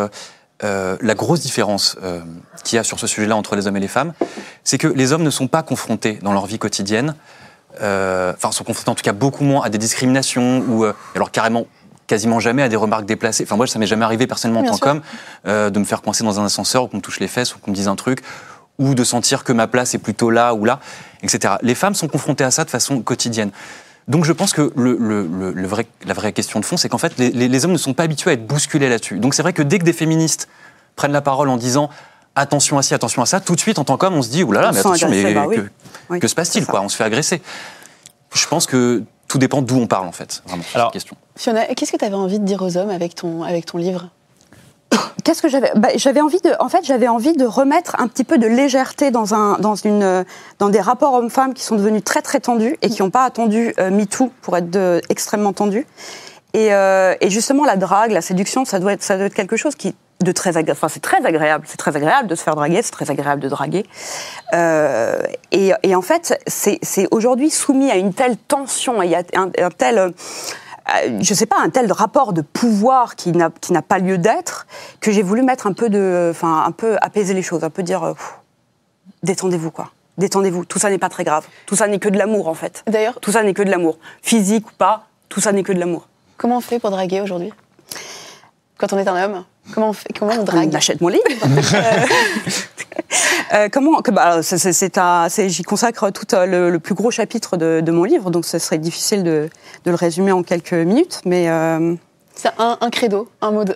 la grosse différence qu'il y a sur ce sujet-là entre les hommes et les femmes, c'est que les hommes ne sont pas confrontés dans leur vie quotidienne, sont confrontés en tout cas beaucoup moins à des discriminations ou alors carrément quasiment jamais à des remarques déplacées. Enfin moi, ça m'est jamais arrivé personnellement en tant qu'homme de me faire coincer dans un ascenseur ou qu'on me touche les fesses ou qu'on me dise un truc, ou de sentir que ma place est plutôt là ou là, etc. Les femmes sont confrontées à ça de façon quotidienne. Donc je pense que la vraie question de fond, c'est qu'en fait, les hommes ne sont pas habitués à être bousculés là-dessus. Donc c'est vrai que dès que des féministes prennent la parole en disant « attention à ci, attention à ça », tout de suite, en tant qu'homme, on se dit « oulala, mais attention, que se passe-t-il quoi ? On se fait agresser ». Je pense que tout dépend d'où on parle, en fait, vraiment, cette question. Dans Fiona, qu'est-ce que tu avais envie de dire aux hommes avec ton livre ? Qu'est-ce que j'avais j'avais envie de remettre un petit peu de légèreté dans des rapports hommes-femmes qui sont devenus très très tendus et qui n'ont pas attendu MeToo pour être extrêmement tendus. Et justement, la drague, la séduction, ça doit être quelque chose de très agréable. Enfin, c'est très agréable. C'est très agréable de se faire draguer. C'est très agréable de draguer. Et en fait, c'est aujourd'hui soumis à une telle tension et à un tel je sais pas, un tel rapport de pouvoir qui n'a pas lieu d'être, que j'ai voulu mettre un peu apaiser les choses, un peu dire détendez-vous quoi. Détendez-vous, tout ça n'est pas très grave. Tout ça n'est que de l'amour en fait. D'ailleurs, tout ça n'est que de l'amour. Physique ou pas, tout ça n'est que de l'amour. Comment on fait pour draguer aujourd'hui ? Quand on est un homme, comment on drague ? On achète mon livre. J'y consacre tout le plus gros chapitre de mon livre, donc ce serait difficile de le résumer en quelques minutes, mais... C'est un credo, un mot.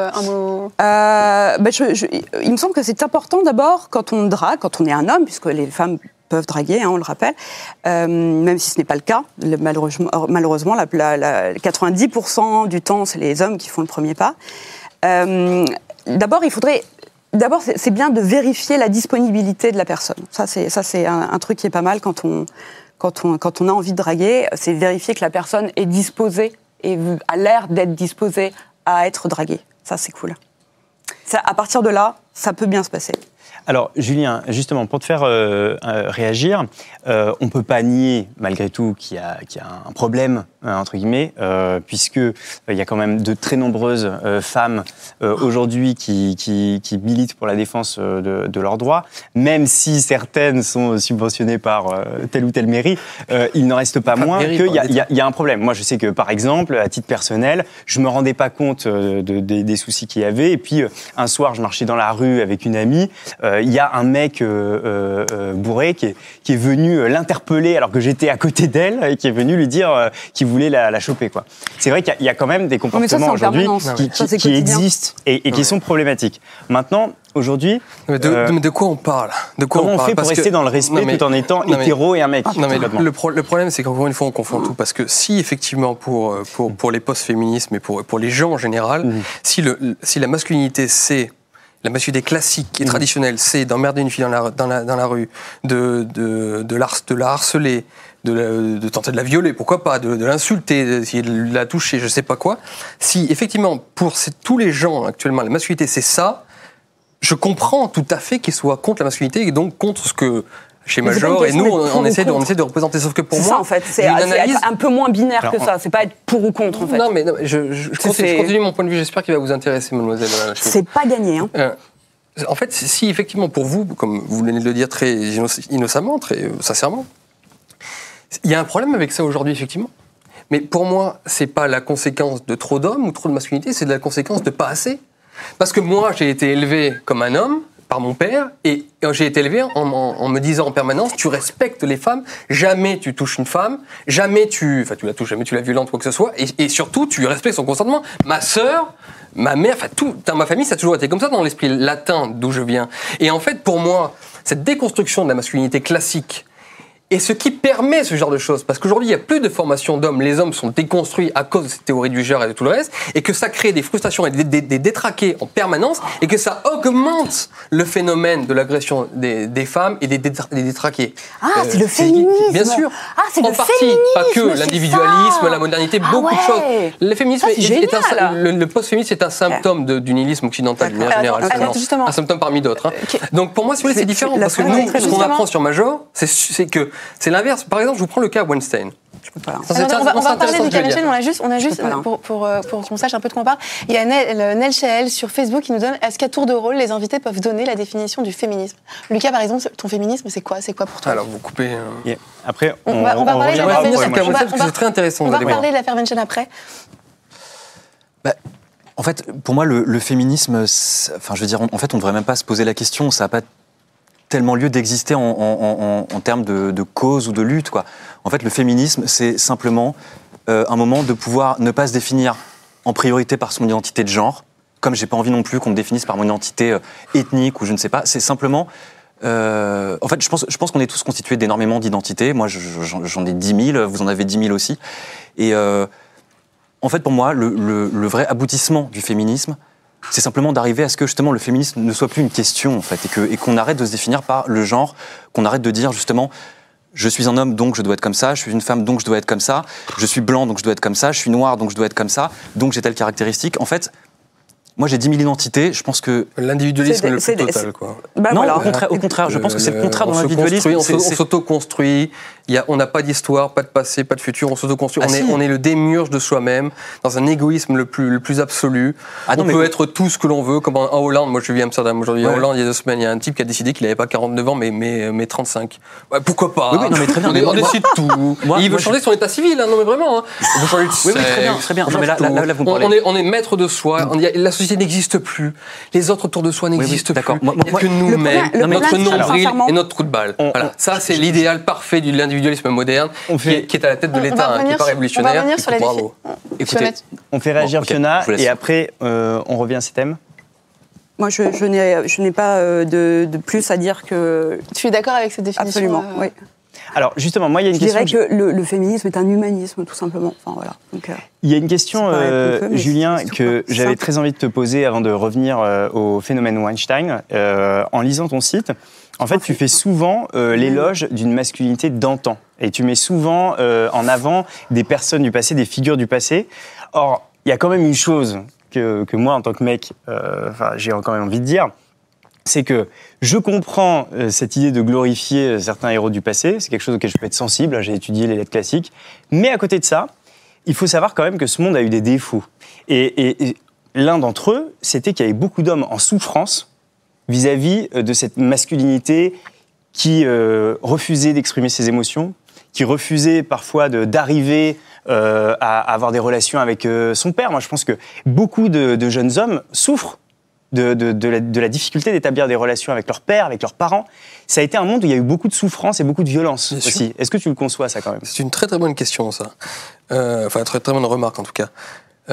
Il me semble que c'est important d'abord quand on drague, quand on est un homme, puisque les femmes peuvent draguer, on le rappelle, même si ce n'est pas le cas. Malheureusement, 90% du temps, c'est les hommes qui font le premier pas. D'abord, c'est bien de vérifier la disponibilité de la personne. Ça, c'est un truc qui est pas mal quand on a envie de draguer, c'est vérifier que la personne est disposée et a l'air d'être disposée à être draguée. Ça, c'est cool. À partir de là, ça peut bien se passer. Alors, Julien, justement, pour te faire réagir, on ne peut pas nier, malgré tout, qu'il y a un problème, entre guillemets, puisqu'il y a quand même de très nombreuses femmes aujourd'hui qui militent pour la défense de leurs droits. Même si certaines sont subventionnées par telle ou telle mairie, il n'en reste pas moins qu'il y a un problème. Moi, je sais que, par exemple, à titre personnel, je ne me rendais pas compte des soucis qu'il y avait. Et puis, un soir, je marchais dans la rue avec une amie. Il y a un mec bourré qui est venu l'interpeller alors que j'étais à côté d'elle et qui est venu lui dire qu'il voulait la choper, quoi. C'est vrai qu'il y a quand même des comportements aujourd'hui qui existent et qui sont problématiques. Maintenant, aujourd'hui... De quoi on parle? Comment on fait pour rester dans le respect tout en étant hétéro et un mec? Le problème, c'est qu'encore une fois, on confond tout. Parce que si, effectivement, pour les post-féminismes et pour les gens en général, si la masculinité, c'est... La masculinité classique et traditionnelle, c'est d'emmerder une fille dans la rue, de la harceler, de tenter de la violer, pourquoi pas, de l'insulter, d'essayer de la toucher, je sais pas quoi. Si, effectivement, pour tous les gens actuellement, la masculinité, c'est ça, je comprends tout à fait qu'ils soient contre la masculinité et donc contre ce que... Chez Major, et nous, on essaie de représenter. Sauf que pour moi, ça, en fait, c'est être un peu moins binaire que ça. C'est pas être pour ou contre, en fait. Non, mais je continue mon point de vue. J'espère qu'il va vous intéresser, mademoiselle. C'est pas gagné, hein. En fait, si effectivement, pour vous, comme vous venez de le dire très innocemment, très sincèrement, il y a un problème avec ça aujourd'hui, effectivement. Mais pour moi, c'est pas la conséquence de trop d'hommes ou trop de masculinité, c'est de la conséquence de pas assez. Parce que moi, j'ai été élevé comme un homme, par mon père, et j'ai été élevé en me disant en permanence, tu respectes les femmes, jamais tu touches une femme, jamais tu la touches, jamais tu la violentes, quoi que ce soit, et surtout, tu respectes son consentement. Ma sœur, ma mère, dans ma famille, ça a toujours été comme ça, dans l'esprit latin d'où je viens. Et en fait, pour moi, cette déconstruction de la masculinité classique, et ce qui permet ce genre de choses, parce qu'aujourd'hui, il n'y a plus de formation d'hommes, les hommes sont déconstruits à cause de cette théorie du genre et de tout le reste, et que ça crée des frustrations et des détraqués en permanence, et que ça augmente le phénomène de l'agression des femmes et des détraqués. Ah, c'est le féminisme. Bien sûr. Ah, c'est en le partie, féminisme. pas que l'individualisme, la modernité, beaucoup de choses. Le féminisme le post-féminisme est un symptôme du nihilisme occidental, de manière générale. Un symptôme parmi d'autres. Hein. Donc pour moi, si vous voulez, c'est différent, parce que nous, ce qu'on apprend sur Major, c'est que c'est l'inverse. Par exemple, je vous prends le cas Weinstein. On va parler de Weinstein. On a juste pour qu'on sache un peu de quoi on parle. Il y a Nel Chael sur Facebook qui nous donne: est-ce qu'à tour de rôle, les invités peuvent donner la définition du féminisme? Lucas, par exemple, ton féminisme, c'est quoi pour toi? Alors, vous coupez. Après, on va parler de l'affaire Weinstein. C'est très intéressant. On va parler de l'affaire Weinstein après. En fait, pour moi, le féminisme, enfin, je veux dire, en fait, on ne devrait même pas se poser la question. Ça n'a pas tellement lieu d'exister en termes de cause ou de lutte, quoi. En fait, le féminisme, c'est simplement un moment de pouvoir ne pas se définir en priorité par son identité de genre, comme j'ai pas envie non plus qu'on me définisse par mon identité ethnique ou je ne sais pas. C'est simplement... en fait, je pense qu'on est tous constitués d'énormément d'identités. Moi, j'en ai 10 000, vous en avez 10 000 aussi. Et en fait, pour moi, le vrai aboutissement du féminisme, c'est simplement d'arriver à ce que justement le féminisme ne soit plus une question, en fait, et qu'on arrête de se définir par le genre, qu'on arrête de dire justement je suis un homme donc je dois être comme ça, je suis une femme donc je dois être comme ça, je suis blanc donc je dois être comme ça, je suis noir donc je dois être comme ça, donc j'ai telle caractéristique. En fait, moi j'ai 10 000 identités, je pense que... L'individualisme est le plus total, quoi. Non, voilà. Au contraire, je pense que c'est le contraire de l'individualisme. On s'auto-construit, on n'a pas d'histoire, pas de passé, pas de futur, on s'auto-construit, on est le démiurge de soi-même, dans un égoïsme le plus absolu. On peut être tout ce que l'on veut, comme en Hollande, moi je vis à Amsterdam aujourd'hui, en Hollande il y a 2 semaines, il y a un type qui a décidé qu'il n'avait pas 49 ans mais 35. Ouais, pourquoi pas? Oui, non, mais très bien. On décide tout. Il veut changer son état civil, non mais vraiment. Il veut changer de sexe. Oui, très bien. Non, mais là, vous me parlez. On est maître de soi, la société n'existe plus, les autres autour de soi n'existent plus, il n'y a que nous-mêmes, notre nombril et notre trou de balle. Voilà. Ça, c'est l'idéal parfait de l'individualisme moderne qui est à la tête de l'État, qui n'est pas révolutionnaire. On va revenir sur la définition. Écoutez, on fait réagir Fiona et après on revient à ces thèmes. Moi, je n'ai pas de plus à dire que... Tu es d'accord avec cette définition? Absolument, oui. Alors justement, moi il y a une question... Je dirais que le féminisme est un humanisme, tout simplement. Enfin, voilà. Donc, il y a une question, Julien, que j'avais très envie de te poser avant de revenir au phénomène Weinstein. En lisant ton site, en fait, tu fais souvent l'éloge d'une masculinité d'antan. Et tu mets souvent en avant des personnes du passé, des figures du passé. Or, il y a quand même une chose que moi, en tant que mec, j'ai quand même envie de dire. c'est que je comprends cette idée de glorifier certains héros du passé, c'est quelque chose auquel je peux être sensible, j'ai étudié les lettres classiques, mais à côté de ça, il faut savoir quand même que ce monde a eu des défauts. Et l'un d'entre eux, c'était qu'il y avait beaucoup d'hommes en souffrance vis-à-vis de cette masculinité qui refusait d'exprimer ses émotions, qui refusait parfois d'arriver à avoir des relations avec son père. Moi, je pense que beaucoup de jeunes hommes souffrent de la difficulté d'établir des relations avec leur père, avec leurs parents. Ça a été un monde où il y a eu beaucoup de souffrance et beaucoup de violence aussi. Est-ce que tu le conçois, ça, quand même ? C'est une très très bonne question, ça. Enfin, très très bonne remarque, en tout cas.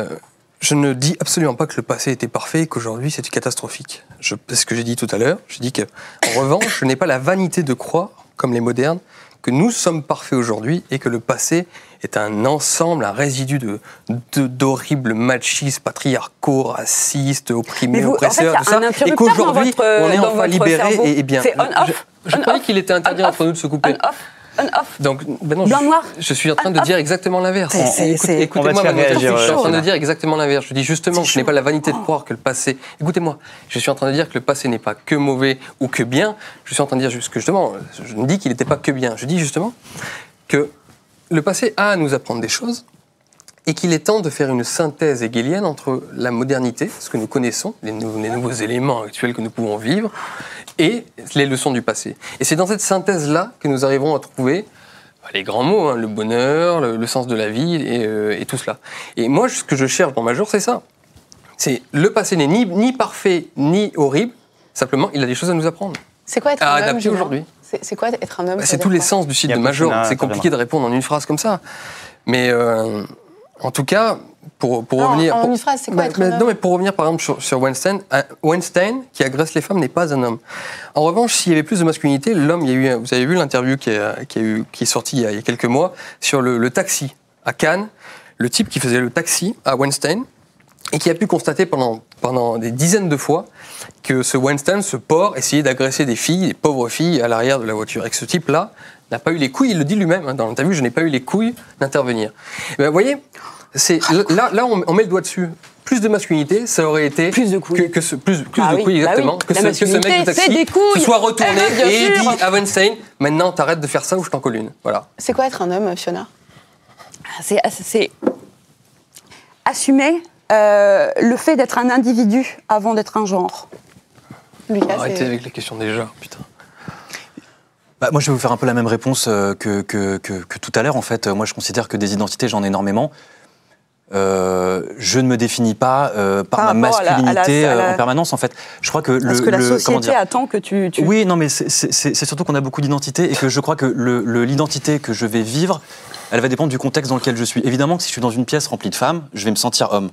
Je ne dis absolument pas que le passé était parfait et qu'aujourd'hui c'est catastrophique. C'est ce que j'ai dit tout à l'heure. Je dis que, en revanche, je n'ai pas la vanité de croire, comme les modernes, que nous sommes parfaits aujourd'hui et que le passé est un ensemble, un résidu d'horribles machistes, patriarcaux, racistes, opprimés, oppresseurs, en fait, tout ça, et qu'aujourd'hui on est enfin libérés et bien. C'est on-off. Je croyais qu'il était interdit entre nous de se couper. On-off. Donc, ben non, Blanc-noir. je suis en train de dire exactement l'inverse. Écoutez-moi, je suis en train de dire exactement l'inverse. Je dis justement que je n'ai pas la vanité de croire que le passé... Écoutez-moi, je suis en train de dire que le passé n'est pas que mauvais ou que bien. Je suis en train de dire que justement, je ne dis qu'il n'était pas que bien. Je dis justement que le passé a à nous apprendre des choses et qu'il est temps de faire une synthèse hegelienne entre la modernité, ce que nous connaissons, les nouveaux éléments actuels que nous pouvons vivre, et les leçons du passé. Et c'est dans cette synthèse-là que nous arriverons à trouver les grands mots, le bonheur, le sens de la vie et tout cela. Et moi, ce que je cherche dans Major, c'est ça. C'est le passé n'est ni parfait, ni horrible, simplement, il a des choses à nous apprendre. C'est quoi être un homme, adapter aujourd'hui. C'est quoi être un homme ? C'est tous les sens du site de Major. C'est compliqué de répondre en une phrase comme ça. Mais en tout cas, pour revenir... En une phrase, c'est quoi être un homme ? Non, mais pour revenir par exemple sur Weinstein, Weinstein, qui agresse les femmes, n'est pas un homme. En revanche, s'il y avait plus de masculinité, l'homme, vous avez vu l'interview qui est sortie il y a quelques mois sur le taxi à Cannes, le type qui faisait le taxi à Weinstein, et qui a pu constater pendant des dizaines de fois que ce Weinstein, ce porc, essayait d'agresser des filles, des pauvres filles, à l'arrière de la voiture. Et que ce type-là n'a pas eu les couilles, il le dit lui-même dans l'interview, je n'ai pas eu les couilles d'intervenir. Et vous voyez, là on met le doigt dessus. Plus de masculinité, ça aurait été plus de couilles, plus de couilles exactement, que ce mec de taxi se soit retourné et dit à Weinstein, maintenant t'arrêtes de faire ça ou je t'en colle une. Voilà. C'est quoi être un homme, Fiona ? C'est assumer le fait d'être un individu avant d'être un genre. Lucas, arrêtez avec les questions déjà, putain. Moi, je vais vous faire un peu la même réponse que tout à l'heure. En fait, moi, je considère que des identités, j'en ai énormément. Je ne me définis pas par ma masculinité en permanence. En fait, je crois que parce que la société attend que tu... Oui, non, mais c'est surtout qu'on a beaucoup d'identités et que je crois que l'identité que je vais vivre, elle va dépendre du contexte dans lequel je suis. Évidemment que si je suis dans une pièce remplie de femmes, je vais me sentir homme.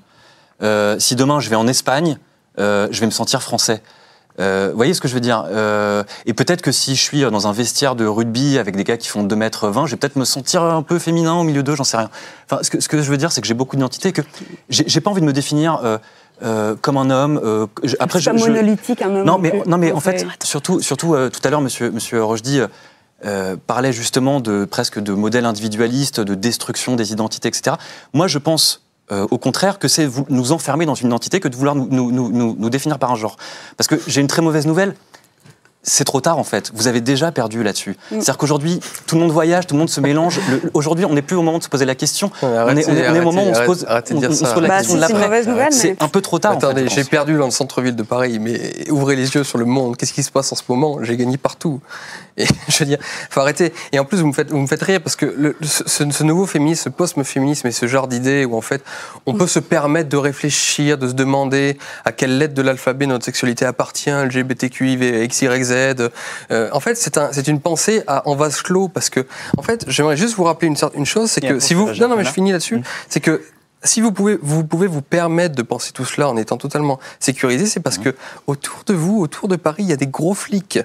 Si demain je vais en Espagne, je vais me sentir français. Vous voyez ce que je veux dire ? Et peut-être que si je suis dans un vestiaire de rugby avec des gars qui font 2m20, je vais peut-être me sentir un peu féminin au milieu d'eux, j'en sais rien. Enfin, ce que je veux dire, c'est que j'ai beaucoup d'identité, que j'ai pas envie de me définir comme un homme. Après, c'est monolithique, un homme. Non, mais en fait, surtout tout à l'heure, monsieur Rochdy parlait justement presque de modèles individualistes, de destruction des identités, etc. Moi, je pense... au contraire, que c'est nous enfermer dans une identité que de vouloir nous définir par un genre. Parce que j'ai une très mauvaise nouvelle, c'est trop tard en fait. Vous avez déjà perdu là-dessus. C'est-à-dire qu'aujourd'hui, tout le monde voyage, tout le monde se mélange. Aujourd'hui, on n'est plus au moment de se poser la question. On est au moment où on se pose la question de l'après. C'est un peu trop tard. Attendez, j'ai perdu dans le centre-ville de Paris, mais ouvrez les yeux sur le monde. Qu'est-ce qui se passe en ce moment ? J'ai gagné partout. Et je veux dire, faut arrêter. Et en plus, vous me faites rire parce que ce nouveau féminisme, ce post-féminisme et ce genre d'idées où en fait, on peut se permettre de réfléchir, de se demander à quelle lettre de l'alphabet notre sexualité appartient, LGBTQI, XYZ. En fait, c'est une pensée en vase clos parce que, en fait, j'aimerais juste vous rappeler une chose, c'est que si vous, non, mais je finis là-dessus, c'est que si vous pouvez vous permettre de penser tout cela en étant totalement sécurisé, c'est parce que autour de vous, autour de Paris, il y a des gros flics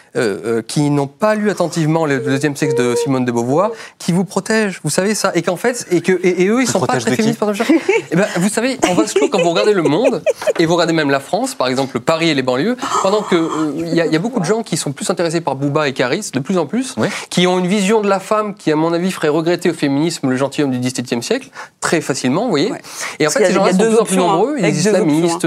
qui n'ont pas lu attentivement le deuxième sexe de Simone de Beauvoir, qui vous protègent, vous savez ça, et qu'en fait, et eux, ils sont pas très féministes. Et ben, vous savez, en vase clos, quand vous regardez le monde et vous regardez même la France, par exemple Paris et les banlieues, pendant que il y a beaucoup de gens qui sont plus intéressés par Booba et Caris, de plus en plus, qui ont une vision de la femme qui, à mon avis, ferait regretter au féminisme le gentilhomme du XVIIe siècle très facilement. voyez. Ouais. Et en fait, ces gens-là sont de plus en plus nombreux. Les islamistes,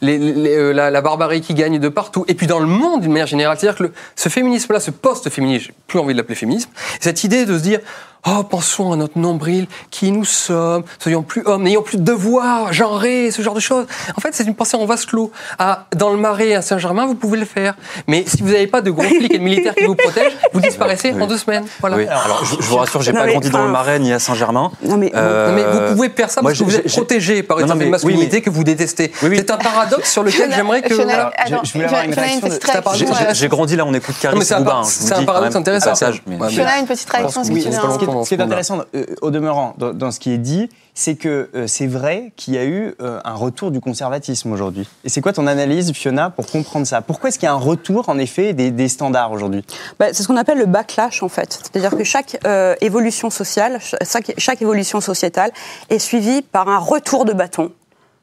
la barbarie qui gagne de partout. Et puis dans le monde, d'une manière générale, c'est-à-dire que ce féminisme-là, ce post-féminisme, j'ai plus envie de l'appeler féminisme, cette idée de se dire oh, pensons à notre nombril, qui nous sommes, soyons plus hommes, n'ayons plus de devoirs genrés, ce genre de choses. En fait, c'est une pensée en vase clos. Dans le Marais à Saint-Germain, vous pouvez le faire. Mais si vous n'avez pas de gros flics et de militaires qui vous protègent, vous disparaissez en 2 semaines. Voilà. Oui. Alors, je vous rassure, j'ai pas grandi dans le Marais ni à Saint-Germain. Non, mais vous pouvez faire ça parce que vous êtes protégé par une certaine masculinité que vous détestez. C'est un paradoxe sur lequel j'aimerais que... Je voulais avoir une réaction. J'ai grandi là, on écoute Caris Bouba. C'est un paradoxe intéressant. Fiona, une petite réaction. Ce qui est intéressant, au demeurant, dans ce qui est dit, c'est que c'est vrai qu'il y a eu un retour du conservatisme aujourd'hui. Et c'est quoi ton analyse, Fiona, pour comprendre ça? Pourquoi est-ce qu'il y a un retour, en effet, des standards aujourd'hui? C'est ce qu'on appelle le backlash, en fait. C'est-à-dire que chaque évolution sociale, chaque évolution sociétale est suivie par un retour de bâton.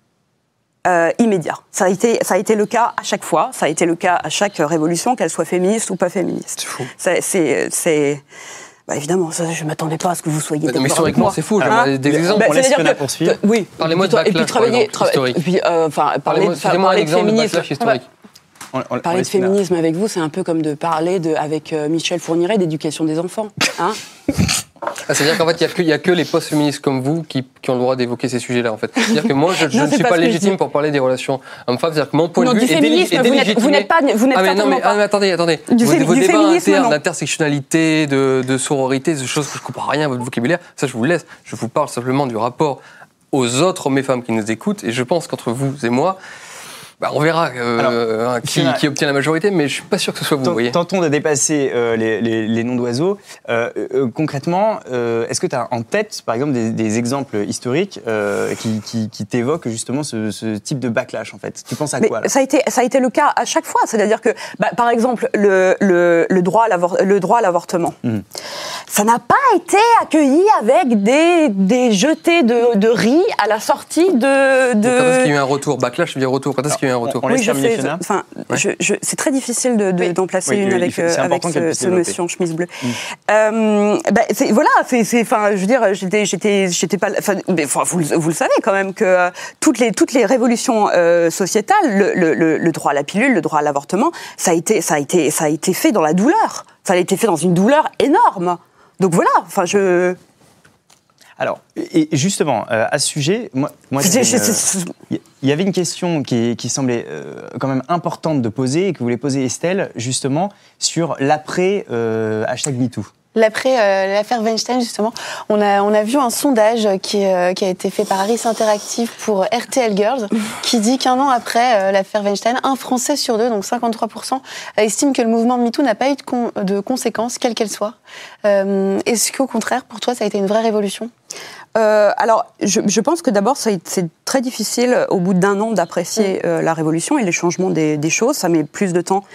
Immédiat. Ça a été le cas à chaque fois, ça a été le cas à chaque révolution, qu'elle soit féministe ou pas féministe. C'est fou. Évidemment, ça, je ne m'attendais pas à ce que vous soyez d'accord. Mais historiquement, c'est fou. J'aimerais des exemples. On laisse Fiona poursuivre. Oui. Parlez-moi de backlash historique. Et puis, Parlez-moi d'un exemple de backlash historique. Parler de féminisme avec vous, c'est un peu comme de parler avec Michel Fourniret d'éducation des enfants. Hein. C'est-à-dire qu'en fait, il n'y a que les post-féministes comme vous qui ont le droit d'évoquer ces sujets-là, en fait. C'est-à-dire que moi, je ne suis pas légitime pour parler des relations hommes-femmes. C'est-à-dire que mon point de vue est délégitimé. Vous n'êtes pas attendez. Vos débats internes d'intersectionnalité, de sororité, de choses que je ne comprends rien à votre vocabulaire, ça, je vous laisse. Je vous parle simplement du rapport aux autres hommes et femmes qui nous écoutent. Et je pense qu'entre vous et moi, on verra qui obtient la majorité, mais je ne suis pas sûr que ce soit vous. Voyez. Tentons de dépasser les noms d'oiseaux. Concrètement, est-ce que tu as en tête, par exemple, des exemples historiques qui t'évoquent justement ce type de backlash, en fait? Tu penses à quoi là? Ça a été le cas à chaque fois. C'est-à-dire que, par exemple, le droit à l'avortement, ça n'a pas été accueilli avec des jetés de riz à la sortie de... Quand est-ce qu'il y a eu un retour? Backlash, je veux dire retour. Quand est-ce qu'il y a eu un retour? Oui, je sais. C'est très difficile d'en placer une avec ce monsieur en chemise bleue. Voilà, je veux dire, j'étais pas... Vous le savez quand même que toutes les révolutions sociétales, le droit à la pilule, le droit à l'avortement, ça a été fait dans la douleur. Ça a été fait dans une douleur énorme. Donc voilà, Alors, et justement, à ce sujet, il y avait une question qui semblait quand même importante de poser et que voulait poser Estelle, justement, sur l'après #MeToo. L'après l'affaire Weinstein, justement, on a vu un sondage qui a été fait par Harris Interactive pour RTL Girls, qui dit qu'1 an après l'affaire Weinstein, un Français sur 2, donc 53%, estime que le mouvement MeToo n'a pas eu de conséquences, quelles qu'elles soient. Est-ce qu'au contraire, pour toi, ça a été une vraie révolution ? Alors, je pense que d'abord, c'est très difficile, au bout d'1 an, d'apprécier la révolution et les changements des choses. Ça met plus de temps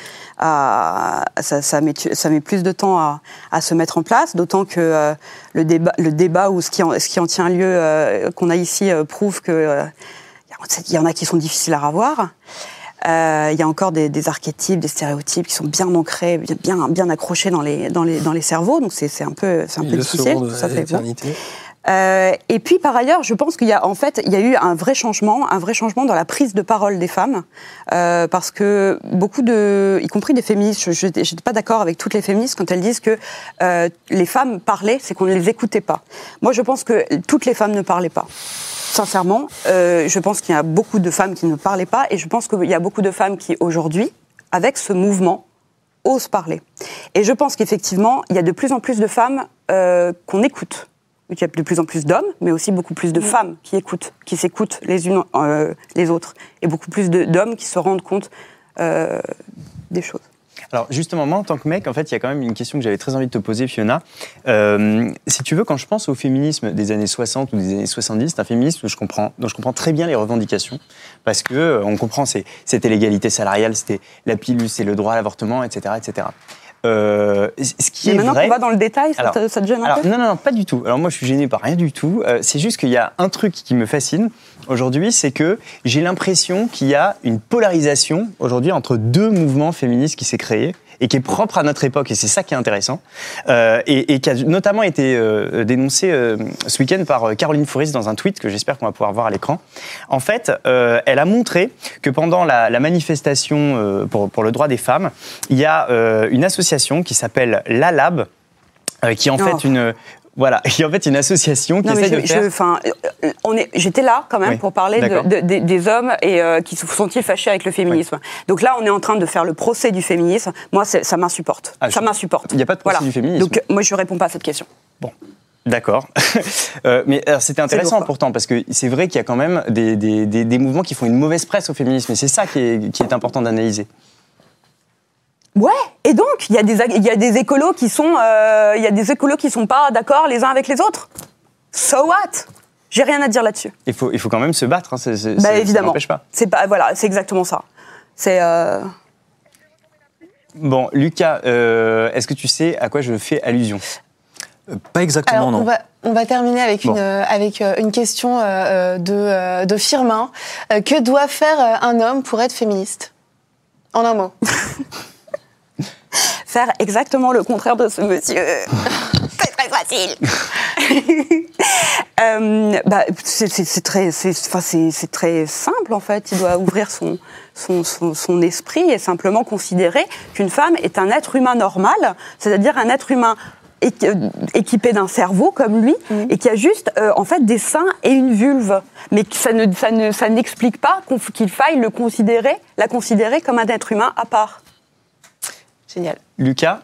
ça met plus de temps à se mettre en place, d'autant que le débat ou ce qui en tient lieu, qu'on a ici, prouve que il y en a qui sont difficiles à revoir. Il y a encore des archétypes, des stéréotypes qui sont bien ancrés, bien accrochés dans les cerveaux, donc c'est un peu difficile. Ça fait et puis par ailleurs, je pense qu'il y a eu un vrai changement dans la prise de parole des femmes, parce que y compris des féministes, je n'étais pas d'accord avec toutes les féministes quand elles disent que les femmes parlaient, c'est qu'on ne les écoutait pas. Moi, je pense que toutes les femmes ne parlaient pas. Sincèrement, je pense qu'il y a beaucoup de femmes qui ne parlaient pas, et je pense qu'il y a beaucoup de femmes qui, aujourd'hui, avec ce mouvement, osent parler. Et je pense qu'effectivement, il y a de plus en plus de femmes qu'on écoute. Il y a de plus en plus d'hommes, mais aussi beaucoup plus de femmes qui s'écoutent les unes les autres, et beaucoup plus d'hommes qui se rendent compte des choses. Alors justement, moi en tant que mec, en fait, il y a quand même une question que j'avais très envie de te poser, Fiona. Si tu veux, quand je pense au féminisme des années 60 ou des années 70, c'est un féminisme dont je comprends très bien les revendications, parce que on comprend, c'était l'égalité salariale, c'était la pilule, c'est le droit à l'avortement, etc., etc. Ce qui est maintenant vrai... qu'on va dans le détail, ça te gêne un peu ? Non, pas du tout. Alors moi, je suis gêné par rien du tout. C'est juste qu'il y a un truc qui me fascine aujourd'hui, c'est que j'ai l'impression qu'il y a une polarisation aujourd'hui entre 2 mouvements féministes qui s'est créé. et qui est propre à notre époque, et c'est ça qui est intéressant, et qui a notamment été dénoncé ce week-end par Caroline Fouris dans un tweet que j'espère qu'on va pouvoir voir à l'écran. En fait, elle a montré que pendant la manifestation pour le droit des femmes, il y a une association qui s'appelle l'ALAB, qui est en fait une... Voilà, il y a en fait une association qui essaie de faire... J'étais là quand même pour parler des hommes et qui se sont-ils fâchés avec le féminisme. Donc là, on est en train de faire le procès du féminisme. Moi, ça m'insupporte. Ça m'insupporte. Il n'y a pas de procès du féminisme. Donc moi, je ne réponds pas à cette question. Bon. D'accord. Mais alors, c'était intéressant pourtant, parce que c'est vrai qu'il y a quand même des mouvements qui font une mauvaise presse au féminisme, et c'est ça qui est important d'analyser. Ouais, et donc il y a des écolos qui sont pas d'accord les uns avec les autres. So what? J'ai rien à dire là-dessus. Il faut quand même se battre, hein, évidemment. Ça n'empêche pas. C'est exactement ça. Bon, Lucas, est-ce que tu sais à quoi je fais allusion? Pas exactement, non. On va terminer avec une question de Firmin. Que doit faire un homme pour être féministe? En un mot. Faire exactement le contraire de ce monsieur. C'est très facile. C'est très simple en fait. Il doit ouvrir son esprit et simplement considérer qu'une femme est un être humain normal, c'est-à-dire un être humain équipé d'un cerveau comme lui et qui a juste en fait des seins et une vulve, mais ça n'explique pas qu'il faille la considérer comme un être humain à part. Génial. Lucas,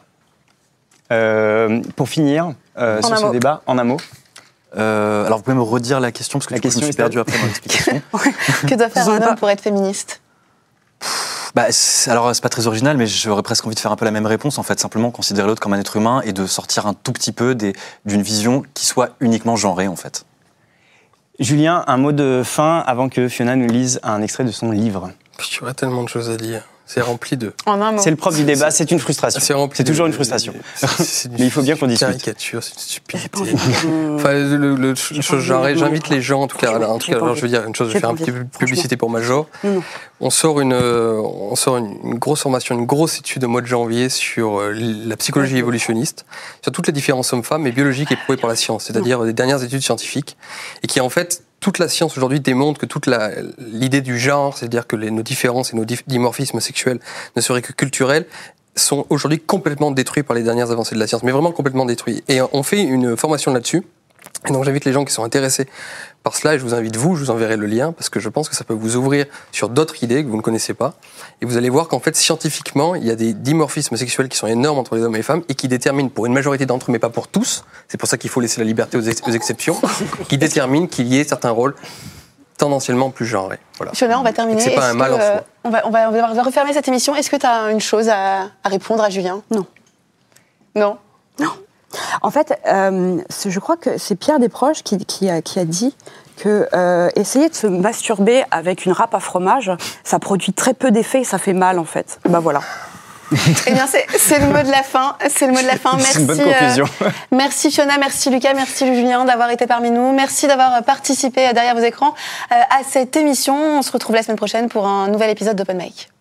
pour finir sur ce débat, en un mot. Alors vous pouvez me redire la question, parce que je me suis perdu après mon explication. Que doit faire un homme pour être féministe? Alors c'est pas très original, mais j'aurais presque envie de faire un peu la même réponse, en fait, simplement considérer l'autre comme un être humain et de sortir un tout petit peu d'une vision qui soit uniquement genrée, en fait. Julien, un mot de fin avant que Fiona nous lise un extrait de son livre. Il y aurait tellement de choses à dire. C'est rempli de... En un mot. C'est le propre du débat, c'est une frustration. C'est toujours une frustration. Mais il faut bien qu'on discute. C'est une caricature, c'est une stupidité. Enfin, j'invite les gens, en tout cas, je veux dire une chose, je vais faire un petit peu de publicité pour Major. On sort une grosse formation, une grosse étude au mois de janvier sur la psychologie évolutionniste, sur toutes les différences hommes-femmes et biologiques éprouvées par la science, c'est-à-dire des dernières études scientifiques, et qui en fait... Toute la science aujourd'hui démontre que toute l'idée du genre, c'est-à-dire que nos différences et nos dimorphismes sexuels ne seraient que culturels, sont aujourd'hui complètement détruits par les dernières avancées de la science, mais vraiment complètement détruits. Et on fait une formation là-dessus. Et donc j'invite les gens qui sont intéressés par cela, et je vous enverrai le lien, parce que je pense que ça peut vous ouvrir sur d'autres idées que vous ne connaissez pas. Et vous allez voir qu'en fait, scientifiquement, il y a des dimorphismes sexuels qui sont énormes entre les hommes et les femmes, et qui déterminent pour une majorité d'entre eux, mais pas pour tous, c'est pour ça qu'il faut laisser la liberté aux exceptions, qui déterminent qu'il y ait certains rôles tendanciellement plus genrés. Voilà. Fiona, on va terminer. C'est pas un mal en soi. On va refermer cette émission. Est-ce que tu as une chose à répondre à Julien? Non. Non? Non. En fait, je crois que c'est Pierre Desproges qui a dit que essayer de se masturber avec une râpe à fromage, ça produit très peu d'effets et ça fait mal en fait. Voilà. Eh bien, c'est le mot de la fin. C'est le mot de la fin. Merci. C'est une bonne conclusion. Merci Fiona, merci Lucas, merci Julien d'avoir été parmi nous. Merci d'avoir participé derrière vos écrans à cette émission. On se retrouve la semaine prochaine pour un nouvel épisode d'Open Mic.